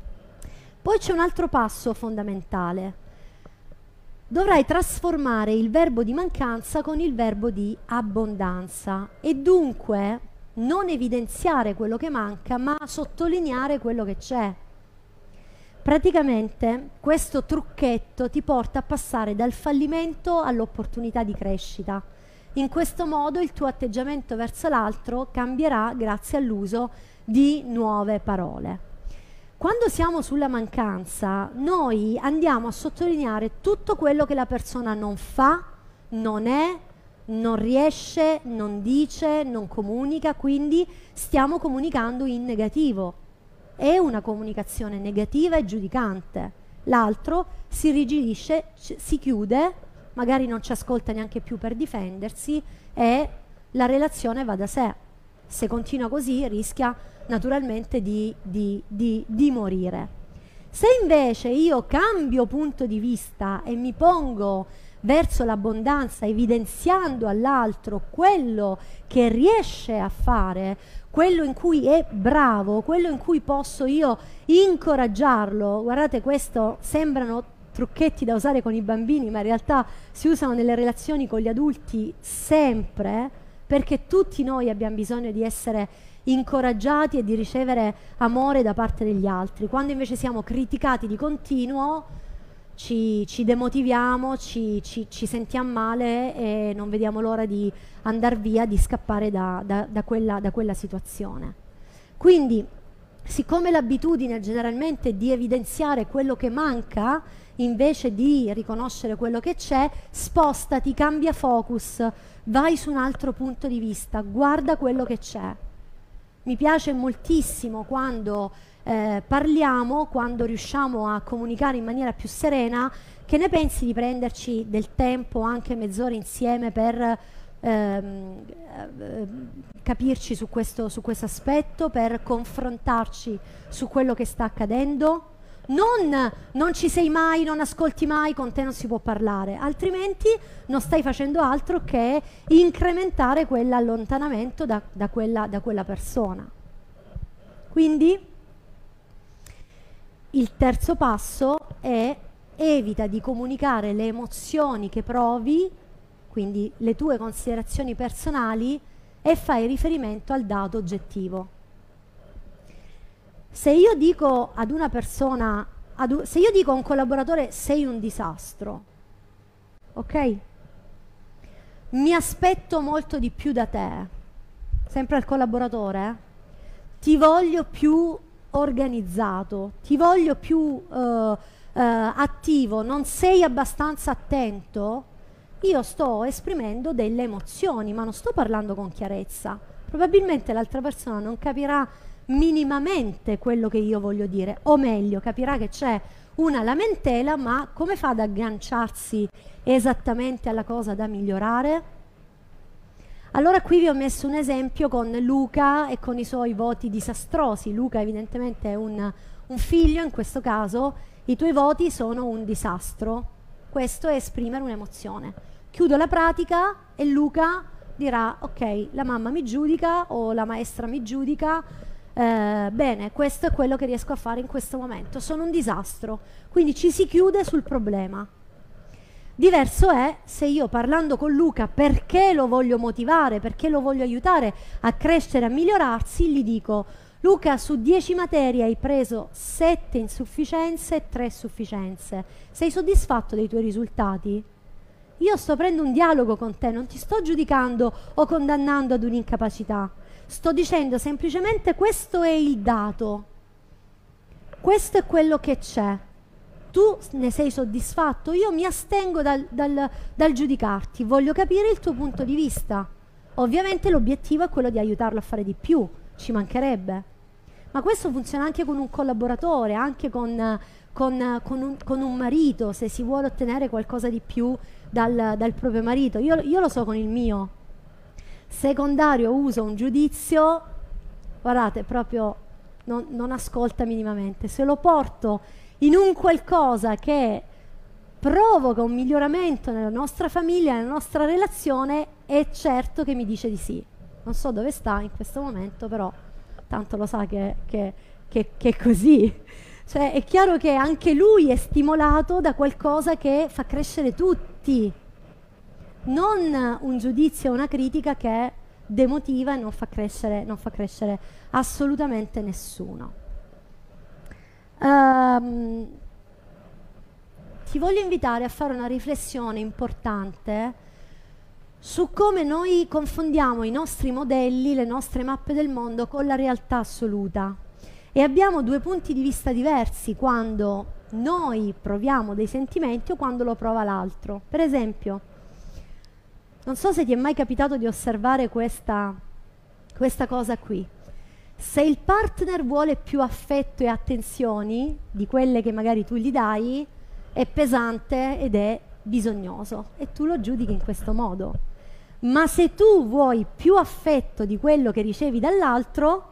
Speaker 1: Poi c'è un altro passo fondamentale. Dovrai trasformare il verbo di mancanza con il verbo di abbondanza e dunque non evidenziare quello che manca, ma sottolineare quello che c'è. Praticamente questo trucchetto ti porta a passare dal fallimento all'opportunità di crescita. In questo modo il tuo atteggiamento verso l'altro cambierà grazie all'uso di nuove parole. Quando siamo sulla mancanza, noi andiamo a sottolineare tutto quello che la persona non fa, non è, non riesce, non dice, non comunica, quindi stiamo comunicando in negativo. È una comunicazione negativa e giudicante. L'altro si irrigidisce, si chiude, magari non ci ascolta neanche più per difendersi e la relazione va da sé. Se continua così rischia naturalmente di, di, di, di morire. Se invece io cambio punto di vista e mi pongo verso l'abbondanza, evidenziando all'altro quello che riesce a fare, quello in cui è bravo, quello in cui posso io incoraggiarlo. Guardate, questo sembrano trucchetti da usare con i bambini, ma in realtà si usano nelle relazioni con gli adulti sempre, perché tutti noi abbiamo bisogno di essere incoraggiati e di ricevere amore da parte degli altri. Quando invece siamo criticati di continuo ci, ci demotiviamo, ci, ci, ci sentiamo male e non vediamo l'ora di andare via, di scappare da, da, da, quella, da quella situazione. Quindi, siccome l'abitudine generalmente è di evidenziare quello che manca invece di riconoscere quello che c'è, spostati, cambia focus, vai su un altro punto di vista, guarda quello che c'è. Mi piace moltissimo quando eh, parliamo, quando riusciamo a comunicare in maniera più serena. Che ne pensi di prenderci del tempo, anche mezz'ora insieme, per ehm, eh, capirci su questo, su questo aspetto, per confrontarci su quello che sta accadendo? Non, non ci sei mai, non ascolti mai, con te non si può parlare, altrimenti non stai facendo altro che incrementare quell'allontanamento da, da, quella, da quella persona. Quindi il terzo passo è: evita di comunicare le emozioni che provi, quindi le tue considerazioni personali, e fai riferimento al dato oggettivo. Se io dico ad una persona, ad un, se io dico a un collaboratore sei un disastro, ok? Mi aspetto molto di più da te, sempre al collaboratore, eh? Ti voglio più organizzato, ti voglio più uh, uh, attivo, non sei abbastanza attento, io sto esprimendo delle emozioni, ma non sto parlando con chiarezza. Probabilmente l'altra persona non capirà minimamente quello che io voglio dire, o meglio, capirà che c'è una lamentela, ma come fa ad agganciarsi esattamente alla cosa da migliorare? Allora qui vi ho messo un esempio con Luca e con i suoi voti disastrosi. Luca evidentemente è un, un figlio, in questo caso i tuoi voti sono un disastro. Questo è esprimere un'emozione. Chiudo la pratica e Luca dirà: ok, la mamma mi giudica o la maestra mi giudica, Eh, bene, questo è quello che riesco a fare in questo momento, sono un disastro. Quindi ci si chiude sul problema. Diverso è se io, parlando con Luca perché lo voglio motivare, perché lo voglio aiutare a crescere, a migliorarsi, gli dico: Luca, su dieci materie hai preso sette insufficienze e tre sufficienze, sei soddisfatto dei tuoi risultati? Io sto aprendo un dialogo con te, non ti sto giudicando o condannando ad un'incapacità. Sto dicendo semplicemente: questo è il dato, questo è quello che c'è, tu ne sei soddisfatto, io mi astengo dal, dal, dal giudicarti, voglio capire il tuo punto di vista. Ovviamente l'obiettivo è quello di aiutarlo a fare di più, ci mancherebbe, ma questo funziona anche con un collaboratore, anche con, con, con, un, con un marito, se si vuole ottenere qualcosa di più dal, dal proprio marito. Io, io lo so con il mio secondario, uso un giudizio, guardate, proprio non, non ascolta minimamente. Se lo porto in un qualcosa che provoca un miglioramento nella nostra famiglia, nella nostra relazione, è certo che mi dice di sì. Non so dove sta in questo momento, però tanto lo sa che, che, che, che è così. Cioè è chiaro che anche lui è stimolato da qualcosa che fa crescere tutti, non un giudizio o una critica che demotiva e non fa crescere, non fa crescere assolutamente nessuno. Um, ti voglio invitare a fare una riflessione importante su come noi confondiamo i nostri modelli, le nostre mappe del mondo con la realtà assoluta, e abbiamo due punti di vista diversi quando noi proviamo dei sentimenti o quando lo prova l'altro. Per esempio, non so se ti è mai capitato di osservare questa, questa cosa qui. Se il partner vuole più affetto e attenzioni di quelle che magari tu gli dai, è pesante ed è bisognoso, e tu lo giudichi in questo modo. Ma se tu vuoi più affetto di quello che ricevi dall'altro,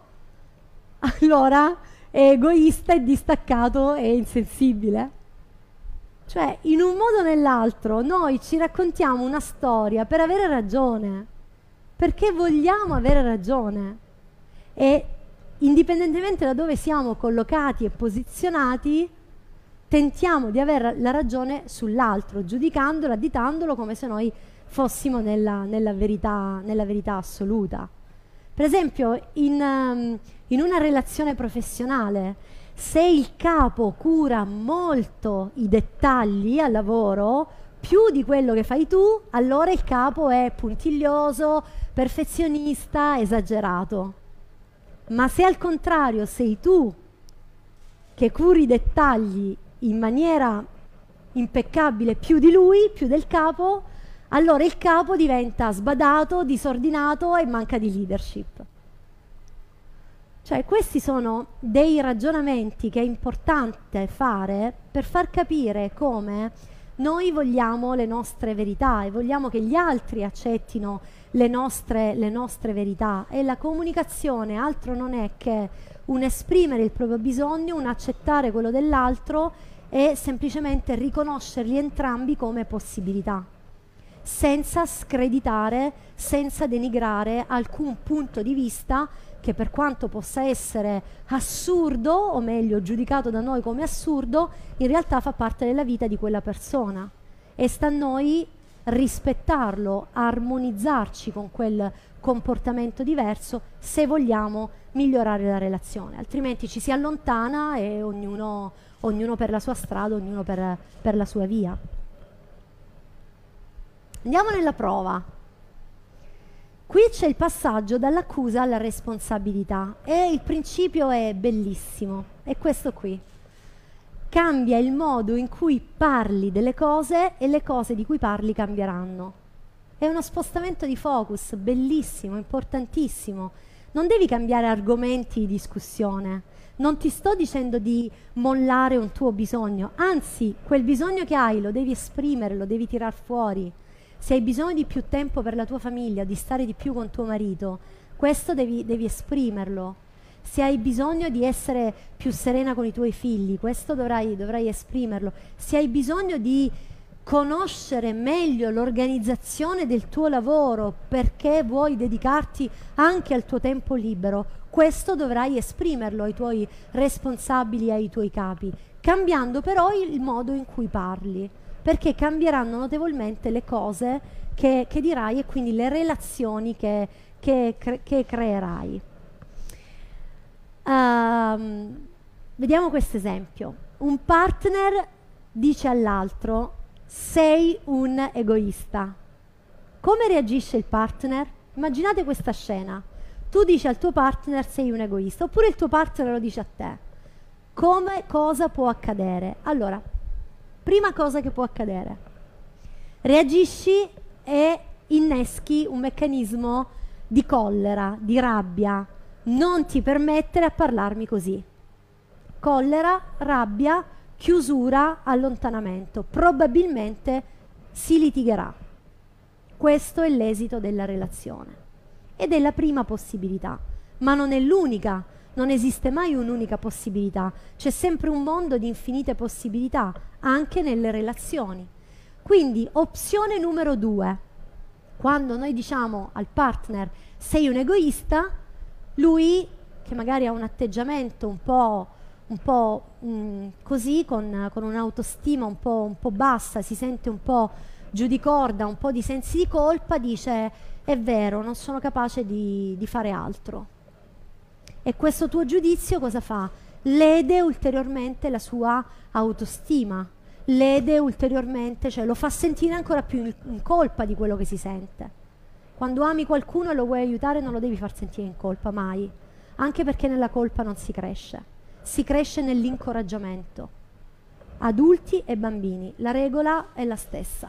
Speaker 1: allora è egoista, è distaccato e insensibile. Cioè, in un modo o nell'altro, noi ci raccontiamo una storia per avere ragione, perché vogliamo avere ragione. E indipendentemente da dove siamo collocati e posizionati, tentiamo di avere la ragione sull'altro, giudicandolo, additandolo come se noi fossimo nella, nella, verità, nella verità assoluta. Per esempio, in, um, in una relazione professionale, se il capo cura molto i dettagli al lavoro, più di quello che fai tu, allora il capo è puntiglioso, perfezionista, esagerato. Ma se al contrario sei tu che curi i dettagli in maniera impeccabile più di lui, più del capo, allora il capo diventa sbadato, disordinato e manca di leadership. Cioè, questi sono dei ragionamenti che è importante fare per far capire come noi vogliamo le nostre verità e vogliamo che gli altri accettino le nostre, le nostre verità. E la comunicazione altro non è che un esprimere il proprio bisogno, un accettare quello dell'altro e semplicemente riconoscerli entrambi come possibilità, senza screditare, senza denigrare alcun punto di vista che, per quanto possa essere assurdo, o meglio giudicato da noi come assurdo, in realtà fa parte della vita di quella persona e sta a noi rispettarlo, armonizzarci con quel comportamento diverso se vogliamo migliorare la relazione, altrimenti ci si allontana e ognuno, ognuno per la sua strada, ognuno per, per la sua via. Andiamo nella prova. Qui c'è il passaggio dall'accusa alla responsabilità e il principio è bellissimo, è questo qui. Cambia il modo in cui parli delle cose e le cose di cui parli cambieranno. È uno spostamento di focus bellissimo, importantissimo. Non devi cambiare argomenti di discussione. Non ti sto dicendo di mollare un tuo bisogno, anzi, quel bisogno che hai lo devi esprimere, lo devi tirar fuori. Se hai bisogno di più tempo per la tua famiglia, di stare di più con tuo marito, questo devi, devi esprimerlo. Se hai bisogno di essere più serena con i tuoi figli, questo dovrai, dovrai esprimerlo. Se hai bisogno di conoscere meglio l'organizzazione del tuo lavoro perché vuoi dedicarti anche al tuo tempo libero, questo dovrai esprimerlo ai tuoi responsabili e ai tuoi capi, cambiando però il modo in cui parli, perché cambieranno notevolmente le cose che, che dirai e quindi le relazioni che, che, cre- che creerai. Um, vediamo questo esempio. Un partner dice all'altro: sei un egoista. Come reagisce il partner? Immaginate questa scena. Tu dici al tuo partner: sei un egoista, oppure il tuo partner lo dice a te. Come cosa può accadere? Allora, prima cosa che può accadere: reagisci e inneschi un meccanismo di collera, di rabbia. Non ti permettere a parlarmi così. Collera, rabbia, chiusura, allontanamento. Probabilmente si litigherà. Questo è l'esito della relazione. Ed è la prima possibilità, ma non è l'unica. Non esiste mai un'unica possibilità. C'è sempre un mondo di infinite possibilità, anche nelle relazioni. Quindi, opzione numero due. Quando noi diciamo al partner sei un egoista, lui, che magari ha un atteggiamento un po', un po' mh, così, con, con un'autostima un po', un po' bassa, si sente un po' giudicorda, un po' di sensi di colpa, dice: è vero, non sono capace di, di fare altro. E questo tuo giudizio cosa fa? Lede ulteriormente la sua autostima, lede ulteriormente, cioè lo fa sentire ancora più in, in colpa di quello che si sente. Quando ami qualcuno e lo vuoi aiutare non lo devi far sentire in colpa, mai. Anche perché nella colpa non si cresce. Si cresce nell'incoraggiamento. Adulti e bambini, la regola è la stessa.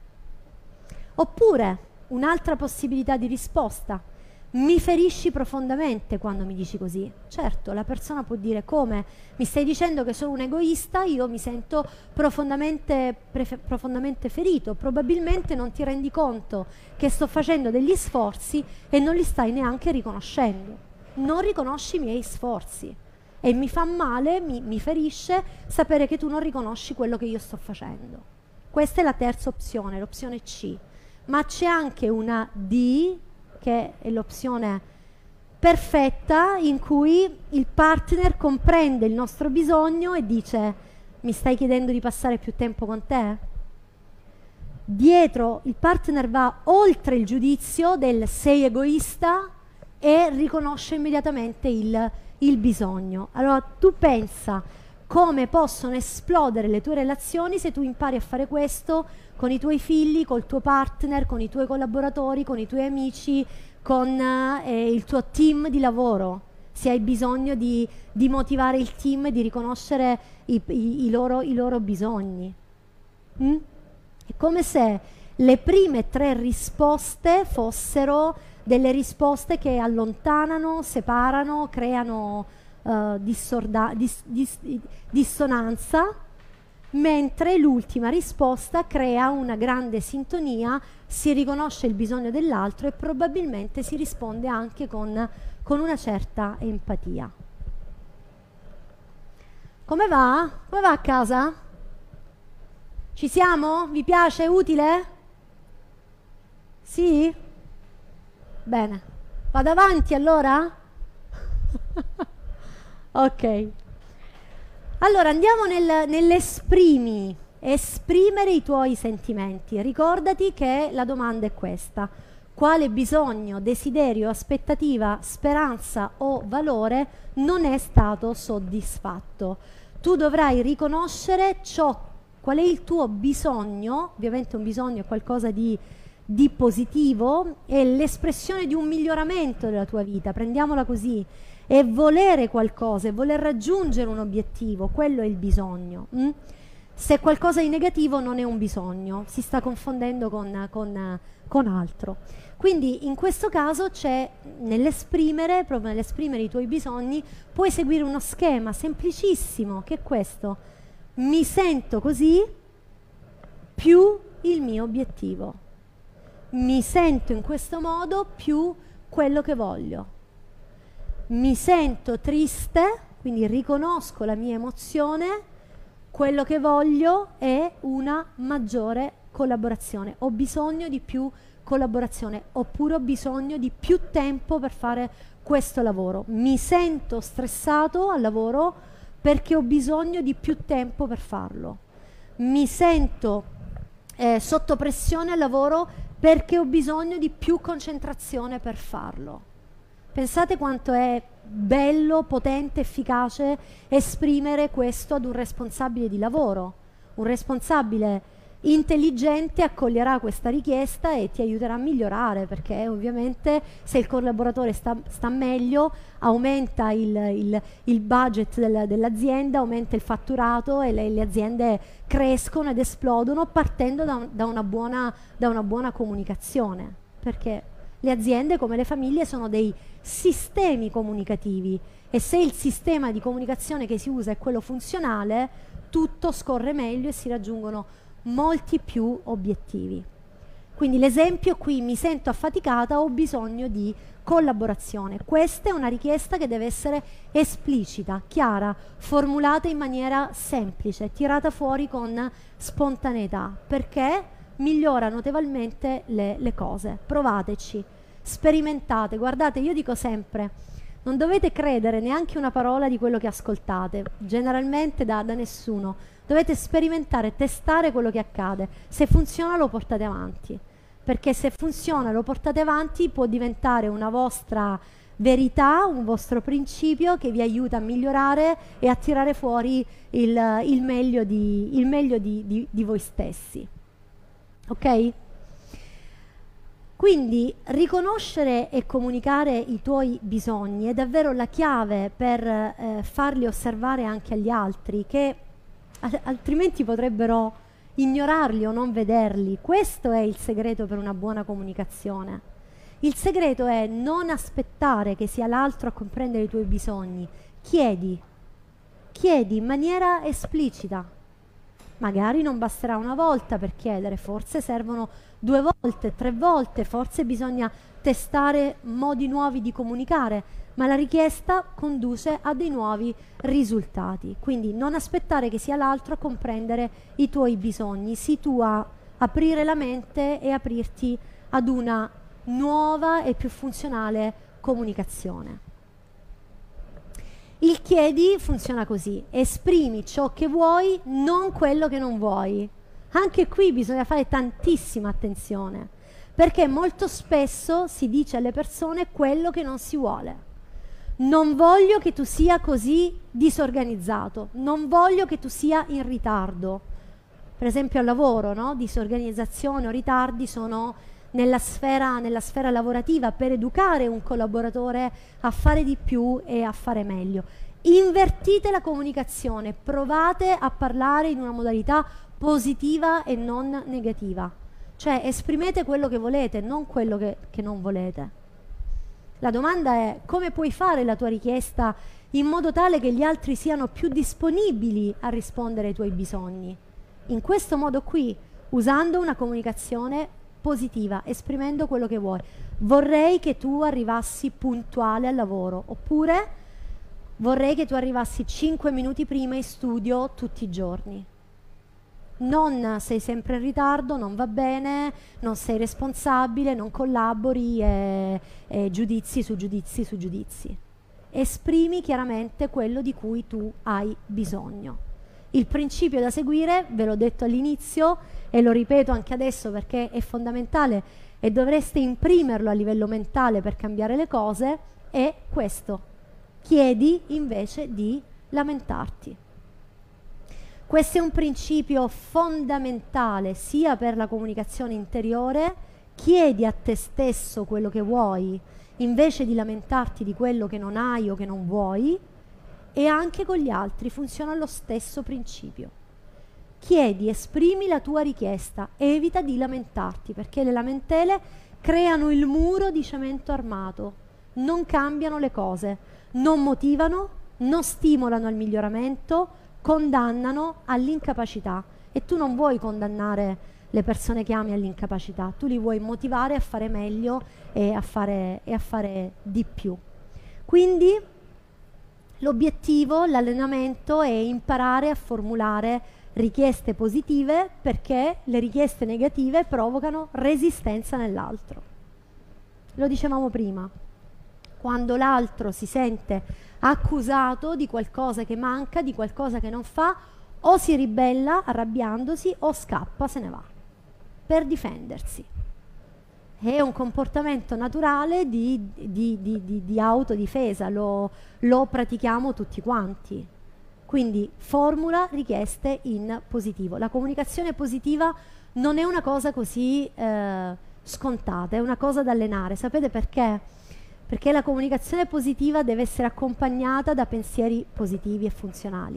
Speaker 1: Oppure, un'altra possibilità di risposta: mi ferisci profondamente quando mi dici così. Certo, la persona può dire: come? Mi stai dicendo che sono un egoista? Io mi sento profondamente, prefe- profondamente ferito. Probabilmente non ti rendi conto che sto facendo degli sforzi e non li stai neanche riconoscendo. Non riconosci i miei sforzi. e mi fa male, mi, mi ferisce sapere che tu non riconosci quello che io sto facendo. Questa è la terza opzione, l'opzione C. Ma c'è anche una D, che è l'opzione perfetta, in cui il partner comprende il nostro bisogno e dice: mi stai chiedendo di passare più tempo con te? Dietro il partner va oltre il giudizio del sei egoista e riconosce immediatamente il, il bisogno. Allora tu pensa come possono esplodere le tue relazioni se tu impari a fare questo con i tuoi figli, col tuo partner, con i tuoi collaboratori, con i tuoi amici, con eh, il tuo team di lavoro. Se hai bisogno di, di motivare il team e di riconoscere i, i, i, loro, i loro bisogni. Mm? È come se le prime tre risposte fossero delle risposte che allontanano, separano, creano uh, dissorda- dis- dis- dissonanza, mentre l'ultima risposta crea una grande sintonia, si riconosce il bisogno dell'altro e probabilmente si risponde anche con, con una certa empatia. Come va? Come va a casa? Ci siamo? Vi piace? È utile? Sì? Bene. Vado avanti allora? Ok. Allora andiamo nel, nell'esprimi, esprimere i tuoi sentimenti. Ricordati che la domanda è questa: quale bisogno, desiderio, aspettativa, speranza o valore non è stato soddisfatto? Tu dovrai riconoscere ciò, qual è il tuo bisogno. Ovviamente un bisogno è qualcosa di, di positivo, è l'espressione di un miglioramento della tua vita, prendiamola così. È volere qualcosa, è voler raggiungere un obiettivo, quello è il bisogno. Mm? Se qualcosa di negativo non è un bisogno, si sta confondendo con, con, con altro. Quindi in questo caso c'è, nell'esprimere, proprio nell'esprimere i tuoi bisogni, puoi seguire uno schema semplicissimo, che è questo: mi sento così più il mio obiettivo. Mi sento in questo modo più quello che voglio. Mi sento triste, quindi riconosco la mia emozione, quello che voglio è una maggiore collaborazione. Ho bisogno di più collaborazione, oppure ho bisogno di più tempo per fare questo lavoro. Mi sento stressato al lavoro perché ho bisogno di più tempo per farlo. Mi sento eh, sotto pressione al lavoro perché ho bisogno di più concentrazione per farlo. Pensate quanto è bello, potente, efficace esprimere questo ad un responsabile di lavoro. Un responsabile intelligente accoglierà questa richiesta e ti aiuterà a migliorare, perché ovviamente se il collaboratore sta, sta meglio, aumenta il, il, il budget del, dell'azienda, aumenta il fatturato e le, le aziende crescono ed esplodono partendo da, un, da, una buona, da una buona comunicazione, perché le aziende, come le famiglie, sono dei sistemi comunicativi e se il sistema di comunicazione che si usa è quello funzionale, tutto scorre meglio e si raggiungono molti più obiettivi. Quindi l'esempio qui: mi sento affaticata, ho bisogno di collaborazione. Questa è una richiesta che deve essere esplicita, chiara, formulata in maniera semplice, tirata fuori con spontaneità, perché migliora notevolmente le, le cose. Provateci, sperimentate. Guardate, io dico sempre: non dovete credere neanche una parola di quello che ascoltate, generalmente da, da nessuno. Dovete sperimentare, testare quello che accade. Se funziona lo portate avanti, perché se funziona lo portate avanti può diventare una vostra verità, un vostro principio che vi aiuta a migliorare e a tirare fuori il, il meglio, di, il meglio di, di, di voi stessi. Ok? Quindi riconoscere e comunicare i tuoi bisogni è davvero la chiave per eh, farli osservare anche agli altri, che al- altrimenti potrebbero ignorarli o non vederli. Questo è il segreto per una buona comunicazione. Il segreto è non aspettare che sia l'altro a comprendere i tuoi bisogni. Chiedi, chiedi in maniera esplicita. Magari non basterà una volta per chiedere, forse servono due volte, tre volte, forse bisogna testare modi nuovi di comunicare, ma la richiesta conduce a dei nuovi risultati. Quindi non aspettare che sia l'altro a comprendere i tuoi bisogni, sii tu a aprire la mente e aprirti ad una nuova e più funzionale comunicazione. Il chiedi funziona così: esprimi ciò che vuoi, non quello che non vuoi. Anche qui bisogna fare tantissima attenzione, perché molto spesso si dice alle persone quello che non si vuole. Non voglio che tu sia così disorganizzato, non voglio che tu sia in ritardo. Per esempio al lavoro, no? Disorganizzazione o ritardi sono nella sfera, nella sfera lavorativa, per educare un collaboratore a fare di più e a fare meglio. Invertite la comunicazione, provate a parlare in una modalità positiva e non negativa. Cioè esprimete quello che volete, non quello che, che non volete. La domanda è: come puoi fare la tua richiesta in modo tale che gli altri siano più disponibili a rispondere ai tuoi bisogni? In questo modo qui, usando una comunicazione positiva, esprimendo quello che vuoi. Vorrei che tu arrivassi puntuale al lavoro, oppure vorrei che tu arrivassi cinque minuti prima in studio tutti i giorni. Non sei sempre in ritardo, non va bene, non sei responsabile, non collabori, e, e giudizi su giudizi su giudizi. Esprimi chiaramente quello di cui tu hai bisogno. Il principio da seguire, ve l'ho detto all'inizio e lo ripeto anche adesso perché è fondamentale e dovreste imprimerlo a livello mentale per cambiare le cose, è questo: chiedi invece di lamentarti. Questo è un principio fondamentale sia per la comunicazione interiore: chiedi a te stesso quello che vuoi invece di lamentarti di quello che non hai o che non vuoi. E anche con gli altri funziona lo stesso principio. Chiedi, esprimi la tua richiesta, evita di lamentarti, perché le lamentele creano il muro di cemento armato, non cambiano le cose, non motivano, non stimolano al miglioramento, condannano all'incapacità. E tu non vuoi condannare le persone che ami all'incapacità, tu li vuoi motivare a fare meglio e a fare, e a fare di più. Quindi l'obiettivo, l'allenamento è imparare a formulare richieste positive, perché le richieste negative provocano resistenza nell'altro. Lo dicevamo prima, quando l'altro si sente accusato di qualcosa che manca, di qualcosa che non fa, o si ribella arrabbiandosi o scappa, se ne va, per difendersi. È un comportamento naturale di, di, di, di, di autodifesa, lo, lo pratichiamo tutti quanti. Quindi formula richieste in positivo. La comunicazione positiva non è una cosa così eh, scontata, è una cosa da allenare. Sapete perché? Perché la comunicazione positiva deve essere accompagnata da pensieri positivi e funzionali.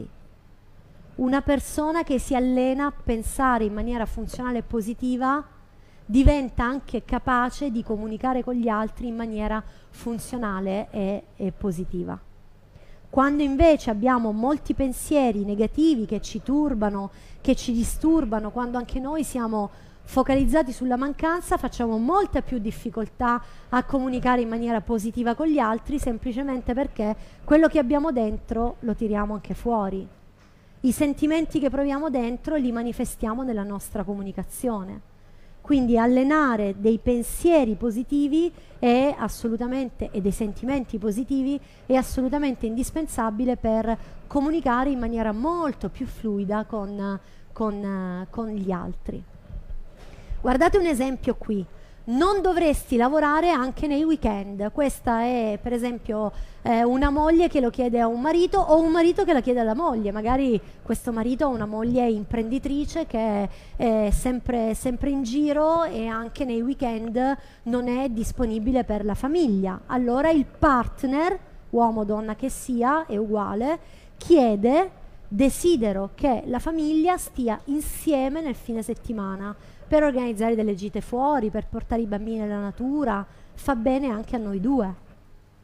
Speaker 1: Una persona che si allena a pensare in maniera funzionale e positiva diventa anche capace di comunicare con gli altri in maniera funzionale e, e positiva. Quando invece abbiamo molti pensieri negativi che ci turbano, che ci disturbano, quando anche noi siamo focalizzati sulla mancanza, facciamo molta più difficoltà a comunicare in maniera positiva con gli altri, semplicemente perché quello che abbiamo dentro lo tiriamo anche fuori. I sentimenti che proviamo dentro li manifestiamo nella nostra comunicazione. Quindi allenare dei pensieri positivi è assolutamente, e dei sentimenti positivi è assolutamente indispensabile per comunicare in maniera molto più fluida con, con, con gli altri. Guardate un esempio qui. Non dovresti lavorare anche nei weekend. Questa è per esempio eh, una moglie che lo chiede a un marito, o un marito che la chiede alla moglie. Magari questo marito ha una moglie imprenditrice che è sempre, sempre in giro e anche nei weekend non è disponibile per la famiglia. Allora il partner, uomo o donna che sia, è uguale, chiede: desidero che la famiglia stia insieme nel fine settimana per organizzare delle gite fuori, per portare i bambini nella natura, fa bene anche a noi due.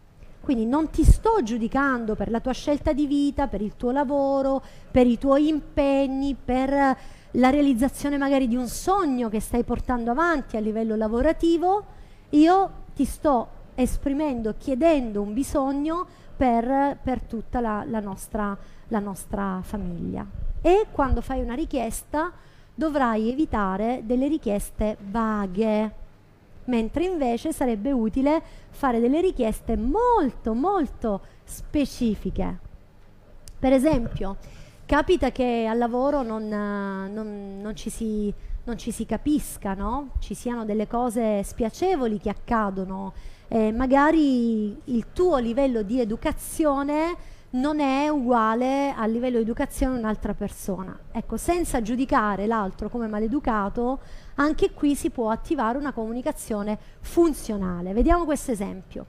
Speaker 1: Quindi non ti sto giudicando per la tua scelta di vita, per il tuo lavoro, per i tuoi impegni, per la realizzazione magari di un sogno che stai portando avanti a livello lavorativo. Io ti sto esprimendo, chiedendo un bisogno per, per tutta la, la, nostra, la nostra famiglia. E quando fai una richiesta dovrai evitare delle richieste vaghe, mentre invece sarebbe utile fare delle richieste molto molto specifiche. Per esempio, capita che al lavoro non, non, non, ci, si, non ci si capisca, no? Ci siano delle cose spiacevoli che accadono, eh, magari il tuo livello di educazione non è uguale al livello di educazione di un'altra persona. Ecco, senza giudicare l'altro come maleducato, anche qui si può attivare una comunicazione funzionale. Vediamo questo esempio.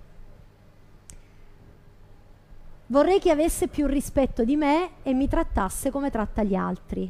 Speaker 1: Vorrei che avesse più rispetto di me e mi trattasse come tratta gli altri.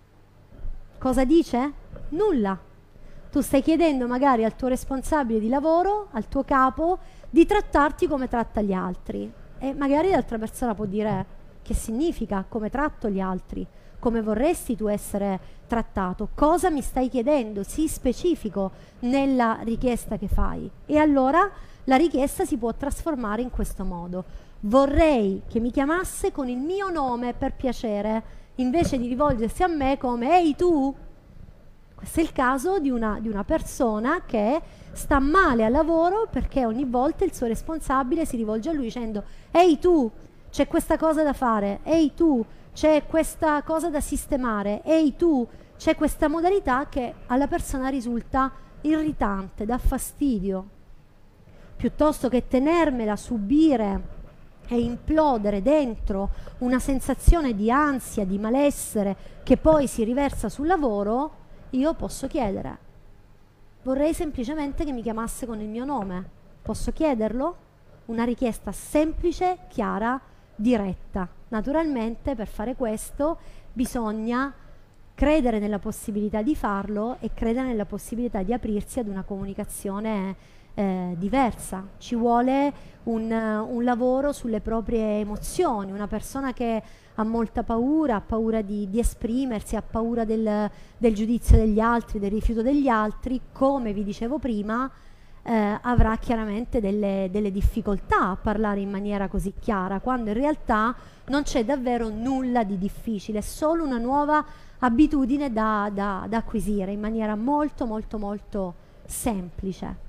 Speaker 1: Cosa dice? Nulla. Tu stai chiedendo magari al tuo responsabile di lavoro, al tuo capo, di trattarti come tratta gli altri. E magari l'altra persona può dire: che significa come tratto gli altri? Come vorresti tu essere trattato? Cosa mi stai chiedendo? Sii specifico nella richiesta che fai. E allora la richiesta si può trasformare in questo modo: vorrei che mi chiamasse con il mio nome per piacere, invece di rivolgersi a me come ehi tu. Questo è il caso di una, di una persona che sta male al lavoro perché ogni volta il suo responsabile si rivolge a lui dicendo: ehi tu, c'è questa cosa da fare, ehi tu, c'è questa cosa da sistemare, ehi tu, c'è questa modalità che alla persona risulta irritante, dà fastidio. Piuttosto che tenermela, subire e implodere dentro una sensazione di ansia, di malessere che poi si riversa sul lavoro, io posso chiedere: vorrei semplicemente che mi chiamasse con il mio nome. Posso chiederlo? Una richiesta semplice, chiara, diretta. Naturalmente per fare questo bisogna credere nella possibilità di farlo e credere nella possibilità di aprirsi ad una comunicazione eh, diversa. Ci vuole un, un lavoro sulle proprie emozioni. Una persona che ha molta paura, ha paura di, di esprimersi, ha paura del, del giudizio degli altri, del rifiuto degli altri, come vi dicevo prima, eh, avrà chiaramente delle, delle difficoltà a parlare in maniera così chiara, quando in realtà non c'è davvero nulla di difficile, è solo una nuova abitudine da, da, da acquisire in maniera molto molto molto semplice.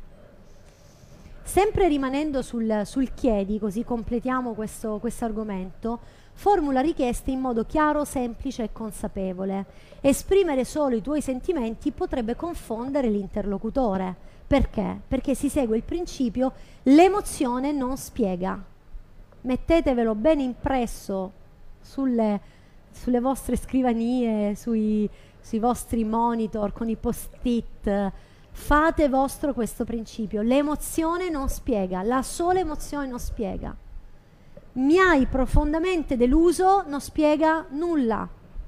Speaker 1: Sempre rimanendo sul, sul chiedi, così completiamo questo, questo argomento, formula richieste in modo chiaro, semplice e consapevole. Esprimere solo i tuoi sentimenti potrebbe confondere l'interlocutore. Perché? Perché si segue il principio: l'emozione non spiega. Mettetevelo bene impresso sulle, sulle vostre scrivanie, sui, sui vostri monitor, con i post-it. Fate vostro questo principio: l'emozione non spiega, la sola emozione non spiega. Mi hai profondamente deluso non spiega nulla.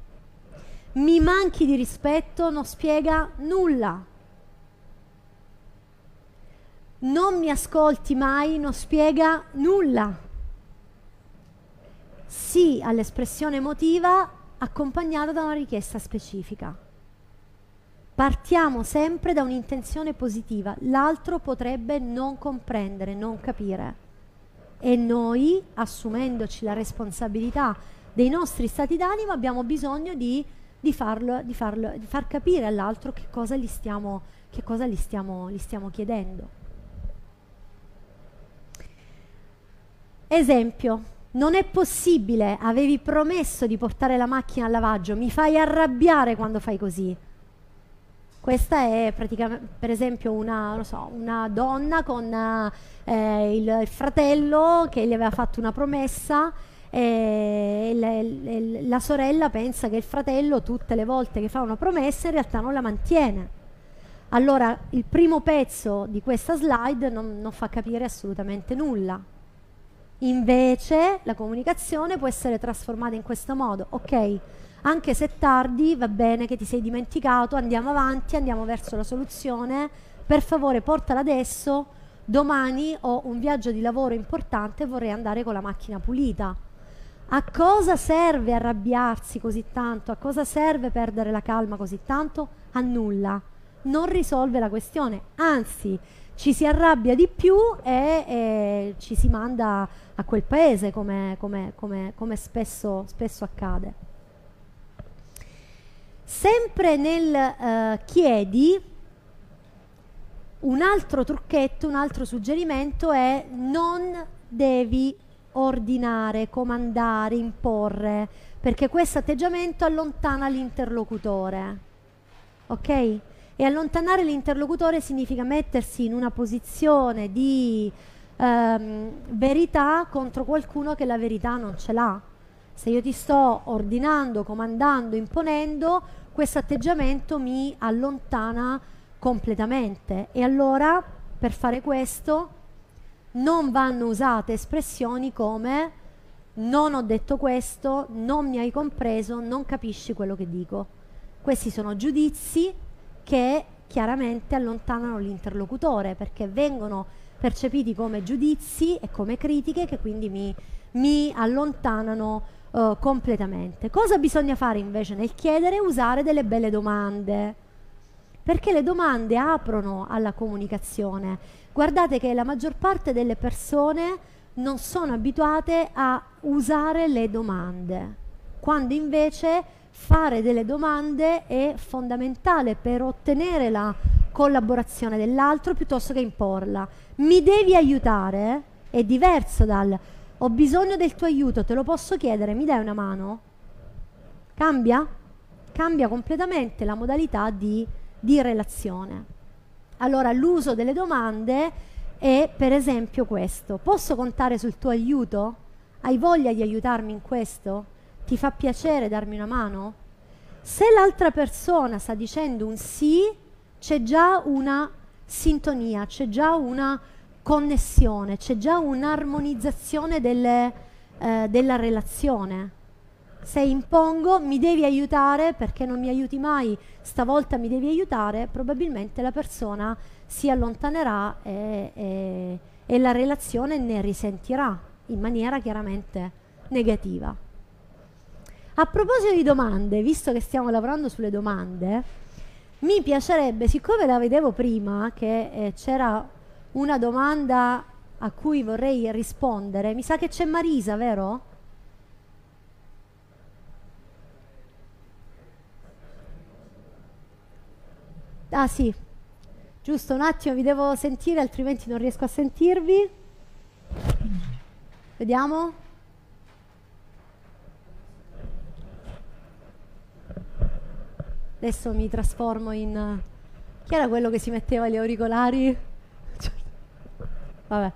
Speaker 1: Mi manchi di rispetto non spiega nulla. Non mi ascolti mai non spiega nulla. Sì all'espressione emotiva accompagnata da una richiesta specifica. Partiamo sempre da un'intenzione positiva. L'altro potrebbe non comprendere, non capire. E noi, assumendoci la responsabilità dei nostri stati d'animo, abbiamo bisogno di, di, farlo, di, farlo, di far capire all'altro che cosa gli stiamo, che cosa gli stiamo, gli stiamo chiedendo. Esempio: non è possibile, avevi promesso di portare la macchina al lavaggio, mi fai arrabbiare quando fai così. Questa è praticamente, per esempio, una, non so, una donna con eh, il, il fratello che gli aveva fatto una promessa e le, le, la sorella pensa che il fratello tutte le volte che fa una promessa in realtà non la mantiene. Allora il primo pezzo di questa slide non, non fa capire assolutamente nulla. Invece la comunicazione può essere trasformata in questo modo: ok, anche se tardi, va bene che ti sei dimenticato, andiamo avanti, andiamo verso la soluzione, per favore portala adesso, domani ho un viaggio di lavoro importante e vorrei andare con la macchina pulita. A cosa serve arrabbiarsi così tanto? A cosa serve perdere la calma così tanto? A nulla. Non risolve la questione, anzi ci si arrabbia di più e, e ci si manda a quel paese, come, come, come, come spesso, spesso accade. Sempre nel eh, chiedi, un altro trucchetto, un altro suggerimento è: non devi ordinare, comandare, imporre, perché questo atteggiamento allontana l'interlocutore, ok? E allontanare l'interlocutore significa mettersi in una posizione di ehm, verità contro qualcuno che la verità non ce l'ha. Se io ti sto ordinando, comandando, imponendo, questo atteggiamento mi allontana completamente, e allora per fare questo non vanno usate espressioni come non ho detto questo, non mi hai compreso, non capisci quello che dico. Questi sono giudizi che chiaramente allontanano l'interlocutore, perché vengono percepiti come giudizi e come critiche che quindi mi, mi allontanano uh, completamente. Cosa bisogna fare invece nel chiedere? Usare delle belle domande, perché le domande aprono alla comunicazione. Guardate che la maggior parte delle persone non sono abituate a usare le domande, quando invece fare delle domande è fondamentale per ottenere la collaborazione dell'altro piuttosto che imporla. Mi devi aiutare è diverso dal ho bisogno del tuo aiuto, te lo posso chiedere, mi dai una mano? Cambia? Cambia completamente la modalità di, di relazione. Allora l'uso delle domande è per esempio questo: posso contare sul tuo aiuto? Hai voglia di aiutarmi in questo? Ti fa piacere darmi una mano? Se l'altra persona sta dicendo un sì, c'è già una sintonia, c'è già una connessione, c'è già un'armonizzazione delle, eh, della relazione. Se impongo mi devi aiutare perché non mi aiuti mai, stavolta mi devi aiutare, probabilmente la persona si allontanerà e, e, e la relazione ne risentirà in maniera chiaramente negativa. A proposito di domande, visto che stiamo lavorando sulle domande, mi piacerebbe, siccome la vedevo prima che eh, c'era una domanda a cui vorrei rispondere, mi sa che c'è Marisa, vero? Ah sì, giusto, un attimo, vi devo sentire, altrimenti non riesco a sentirvi. Vediamo. Adesso mi trasformo in... Chi era quello che si metteva gli auricolari? Vabbè.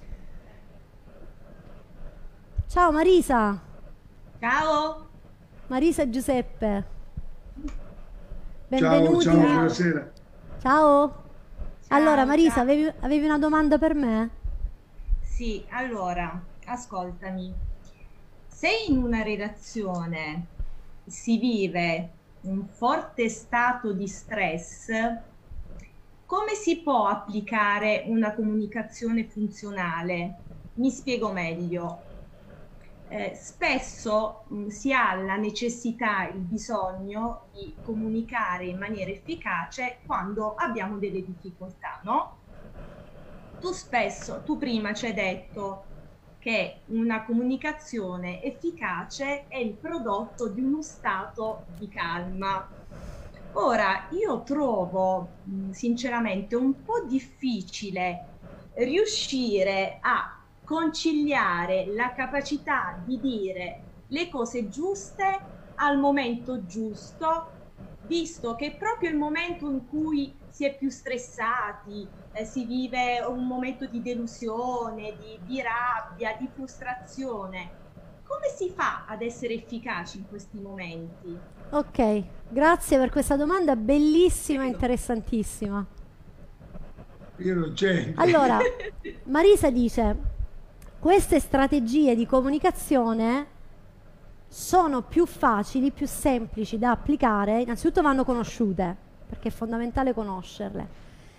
Speaker 1: Ciao Marisa.
Speaker 2: Ciao.
Speaker 1: Marisa e Giuseppe. Benvenuti.
Speaker 3: Ciao, ciao, buonasera.
Speaker 1: Ciao.
Speaker 2: Ciao,
Speaker 1: Allora Marisa,
Speaker 2: ciao.
Speaker 1: avevi, avevi una domanda per me?
Speaker 2: Sì, allora, ascoltami. Se in una relazione si vive un forte stato di stress, come si può applicare una comunicazione funzionale? Mi spiego meglio. Eh, spesso mh, si ha la necessità, il bisogno di comunicare in maniera efficace quando abbiamo delle difficoltà, no? Tu spesso, tu prima ci hai detto che una comunicazione efficace è il prodotto di uno stato di calma. Ora, io trovo mh, sinceramente un po' difficile riuscire a conciliare la capacità di dire le cose giuste al momento giusto, visto che proprio il momento in cui si è più stressati, eh, si vive un momento di delusione, di, di rabbia, di frustrazione. Come si fa ad essere efficaci in questi momenti?
Speaker 1: Ok, grazie per questa domanda bellissima e interessantissima.
Speaker 3: Io non c'entro.
Speaker 1: Allora, Marisa dice: queste strategie di comunicazione sono più facili, più semplici da applicare. Innanzitutto vanno conosciute, perché è fondamentale conoscerle.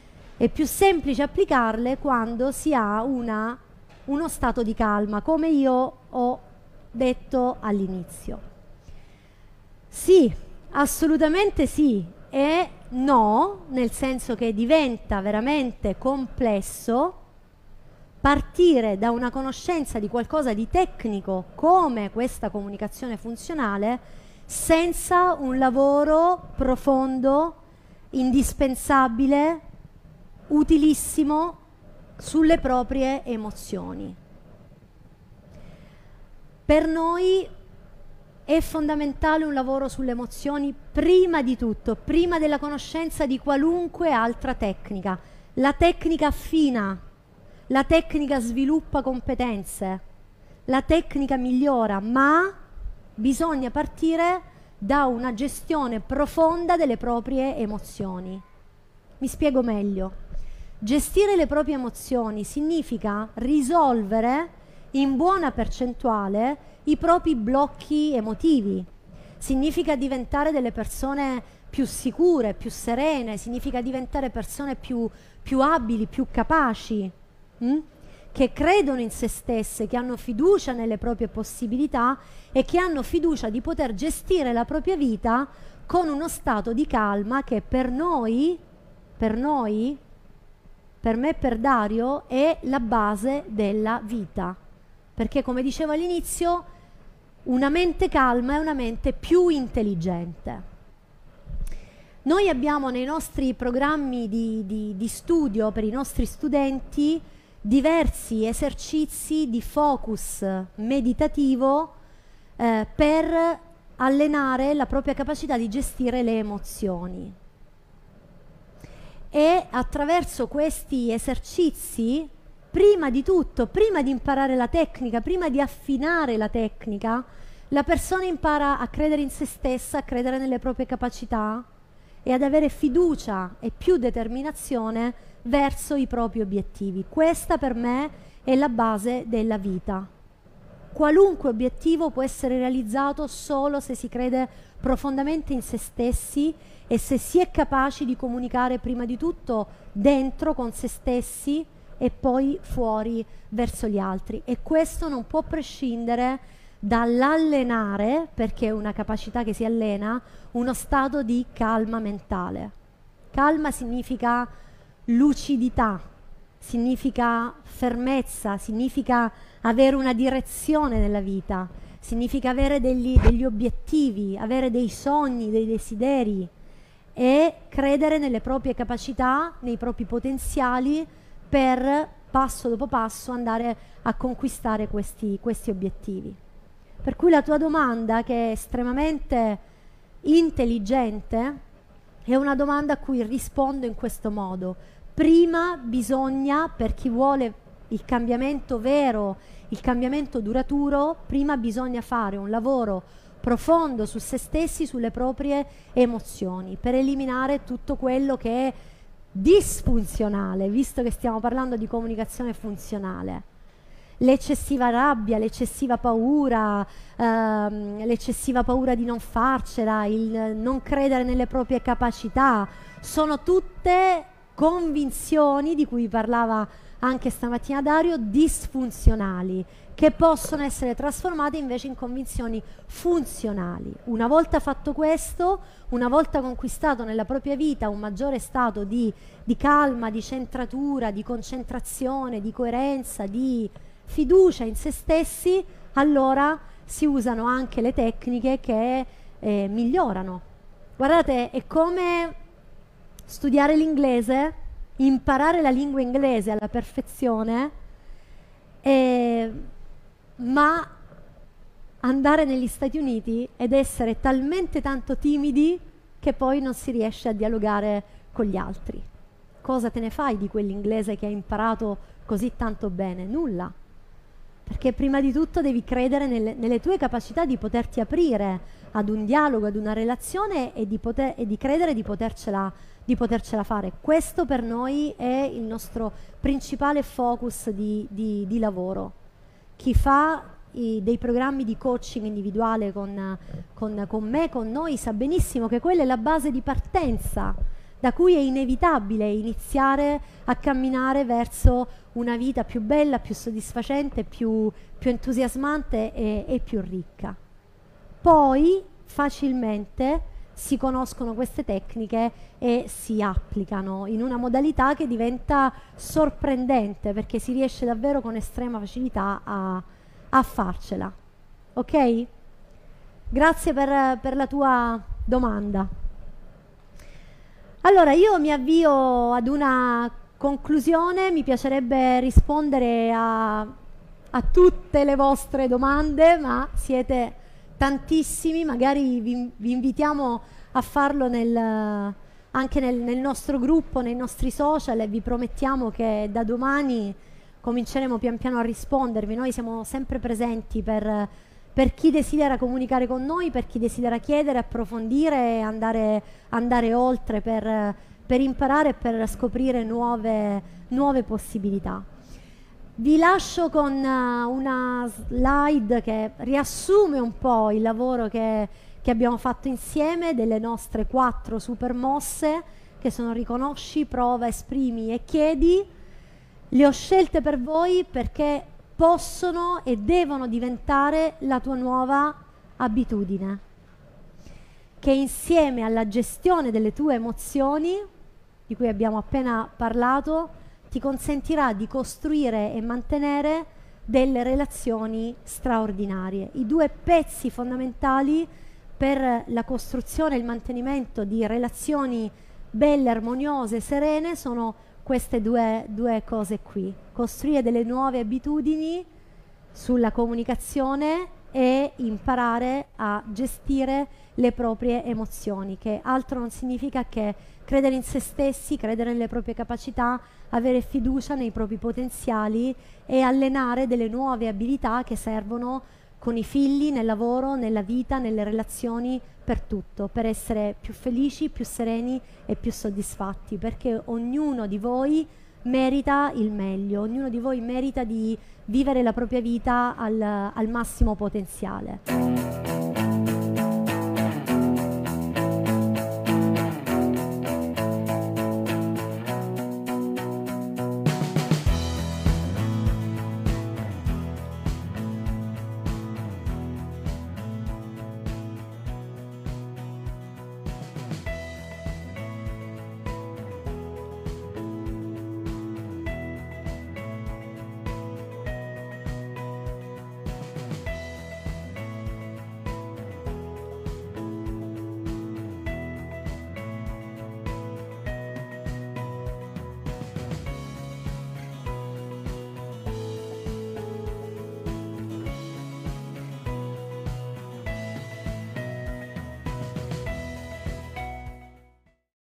Speaker 1: È più semplice applicarle quando si ha una, uno stato di calma, come io ho detto all'inizio. Sì, assolutamente sì, e no, nel senso che diventa veramente complesso partire da una conoscenza di qualcosa di tecnico come questa comunicazione funzionale senza un lavoro profondo, indispensabile, utilissimo sulle proprie emozioni. Per noi è fondamentale un lavoro sulle emozioni prima di tutto, prima della conoscenza di qualunque altra tecnica. La tecnica affina, la tecnica sviluppa competenze, la tecnica migliora, ma bisogna partire da una gestione profonda delle proprie emozioni. Mi spiego meglio. Gestire le proprie emozioni significa risolvere in buona percentuale i propri blocchi emotivi, significa diventare delle persone più sicure, più serene, significa diventare persone più, più abili, più capaci, mh? che credono in se stesse, che hanno fiducia nelle proprie possibilità e che hanno fiducia di poter gestire la propria vita con uno stato di calma che per noi, per noi, per me e per Dario, è la base della vita. Perché, come dicevo all'inizio, una mente calma è una mente più intelligente. Noi abbiamo nei nostri programmi di, di, di studio per i nostri studenti diversi esercizi di focus meditativo eh, per allenare la propria capacità di gestire le emozioni. E attraverso questi esercizi, prima di tutto, prima di imparare la tecnica, prima di affinare la tecnica, la persona impara a credere in se stessa, a credere nelle proprie capacità e ad avere fiducia e più determinazione verso i propri obiettivi. Questa per me è la base della vita. Qualunque obiettivo può essere realizzato solo se si crede profondamente in se stessi e se si è capaci di comunicare prima di tutto dentro con se stessi e poi fuori verso gli altri. E questo non può prescindere dall'allenare, perché è una capacità che si allena, uno stato di calma mentale. Calma significa lucidità, significa fermezza, significa avere una direzione nella vita, significa avere degli, degli obiettivi, avere dei sogni, dei desideri e credere nelle proprie capacità, nei propri potenziali per passo dopo passo andare a conquistare questi, questi obiettivi. Per cui la tua domanda, che è estremamente intelligente, è una domanda a cui rispondo in questo modo. Prima bisogna, per chi vuole il cambiamento vero, il cambiamento duraturo, prima bisogna fare un lavoro profondo su se stessi, sulle proprie emozioni, per eliminare tutto quello che è disfunzionale, visto che stiamo parlando di comunicazione funzionale. L'eccessiva rabbia, l'eccessiva paura, ehm, l'eccessiva paura di non farcela, il non credere nelle proprie capacità, sono tutte convinzioni di cui parlava anche stamattina Dario, disfunzionali, che possono essere trasformate invece in convinzioni funzionali. Una volta fatto questo, una volta conquistato nella propria vita un maggiore stato di, di calma, di centratura, di concentrazione, di coerenza, di fiducia in se stessi, allora si usano anche le tecniche che eh, migliorano. Guardate, è come studiare l'inglese, imparare la lingua inglese alla perfezione, eh, ma andare negli Stati Uniti ed essere talmente tanto timidi che poi non si riesce a dialogare con gli altri. Cosa te ne fai di quell'inglese che hai imparato così tanto bene? Nulla. Perché prima di tutto devi credere nelle, nelle tue capacità di poterti aprire ad un dialogo, ad una relazione e di, poter, e di credere di potercela, di potercela fare. Questo per noi è il nostro principale focus di, di, di lavoro. Chi fa i, dei programmi di coaching individuale con, con, con me, con noi, sa benissimo che quella è la base di partenza da cui è inevitabile iniziare a camminare verso una vita più bella, più soddisfacente, più, più entusiasmante e, e più ricca. Poi facilmente si conoscono queste tecniche e si applicano in una modalità che diventa sorprendente, perché si riesce davvero con estrema facilità a, a farcela. Ok? Grazie per, per la tua domanda. Allora, io mi avvio ad una conclusione, mi piacerebbe rispondere a, a tutte le vostre domande, ma siete tantissimi, magari vi, vi invitiamo a farlo nel, anche nel, nel nostro gruppo, nei nostri social, e vi promettiamo che da domani cominceremo pian piano a rispondervi. Noi siamo sempre presenti per, per chi desidera comunicare con noi, per chi desidera chiedere, approfondire e andare, andare oltre per, per imparare e per scoprire nuove, nuove possibilità. Vi lascio con uh, una slide che riassume un po' il lavoro che, che abbiamo fatto insieme, delle nostre quattro super mosse, che sono riconosci, prova, esprimi e chiedi. Le ho scelte per voi perché possono e devono diventare la tua nuova abitudine, che insieme alla gestione delle tue emozioni, di cui abbiamo appena parlato, ti consentirà di costruire e mantenere delle relazioni straordinarie. I due pezzi fondamentali per la costruzione e il mantenimento di relazioni belle, armoniose, serene sono queste due, due cose qui. Costruire delle nuove abitudini sulla comunicazione e imparare a gestire le proprie emozioni, che altro non significa che credere in se stessi, credere nelle proprie capacità, avere fiducia nei propri potenziali e allenare delle nuove abilità che servono con i figli, nel lavoro, nella vita, nelle relazioni, per tutto, per essere più felici, più sereni e più soddisfatti, perché ognuno di voi merita il meglio, ognuno di voi merita di vivere la propria vita al, al massimo potenziale.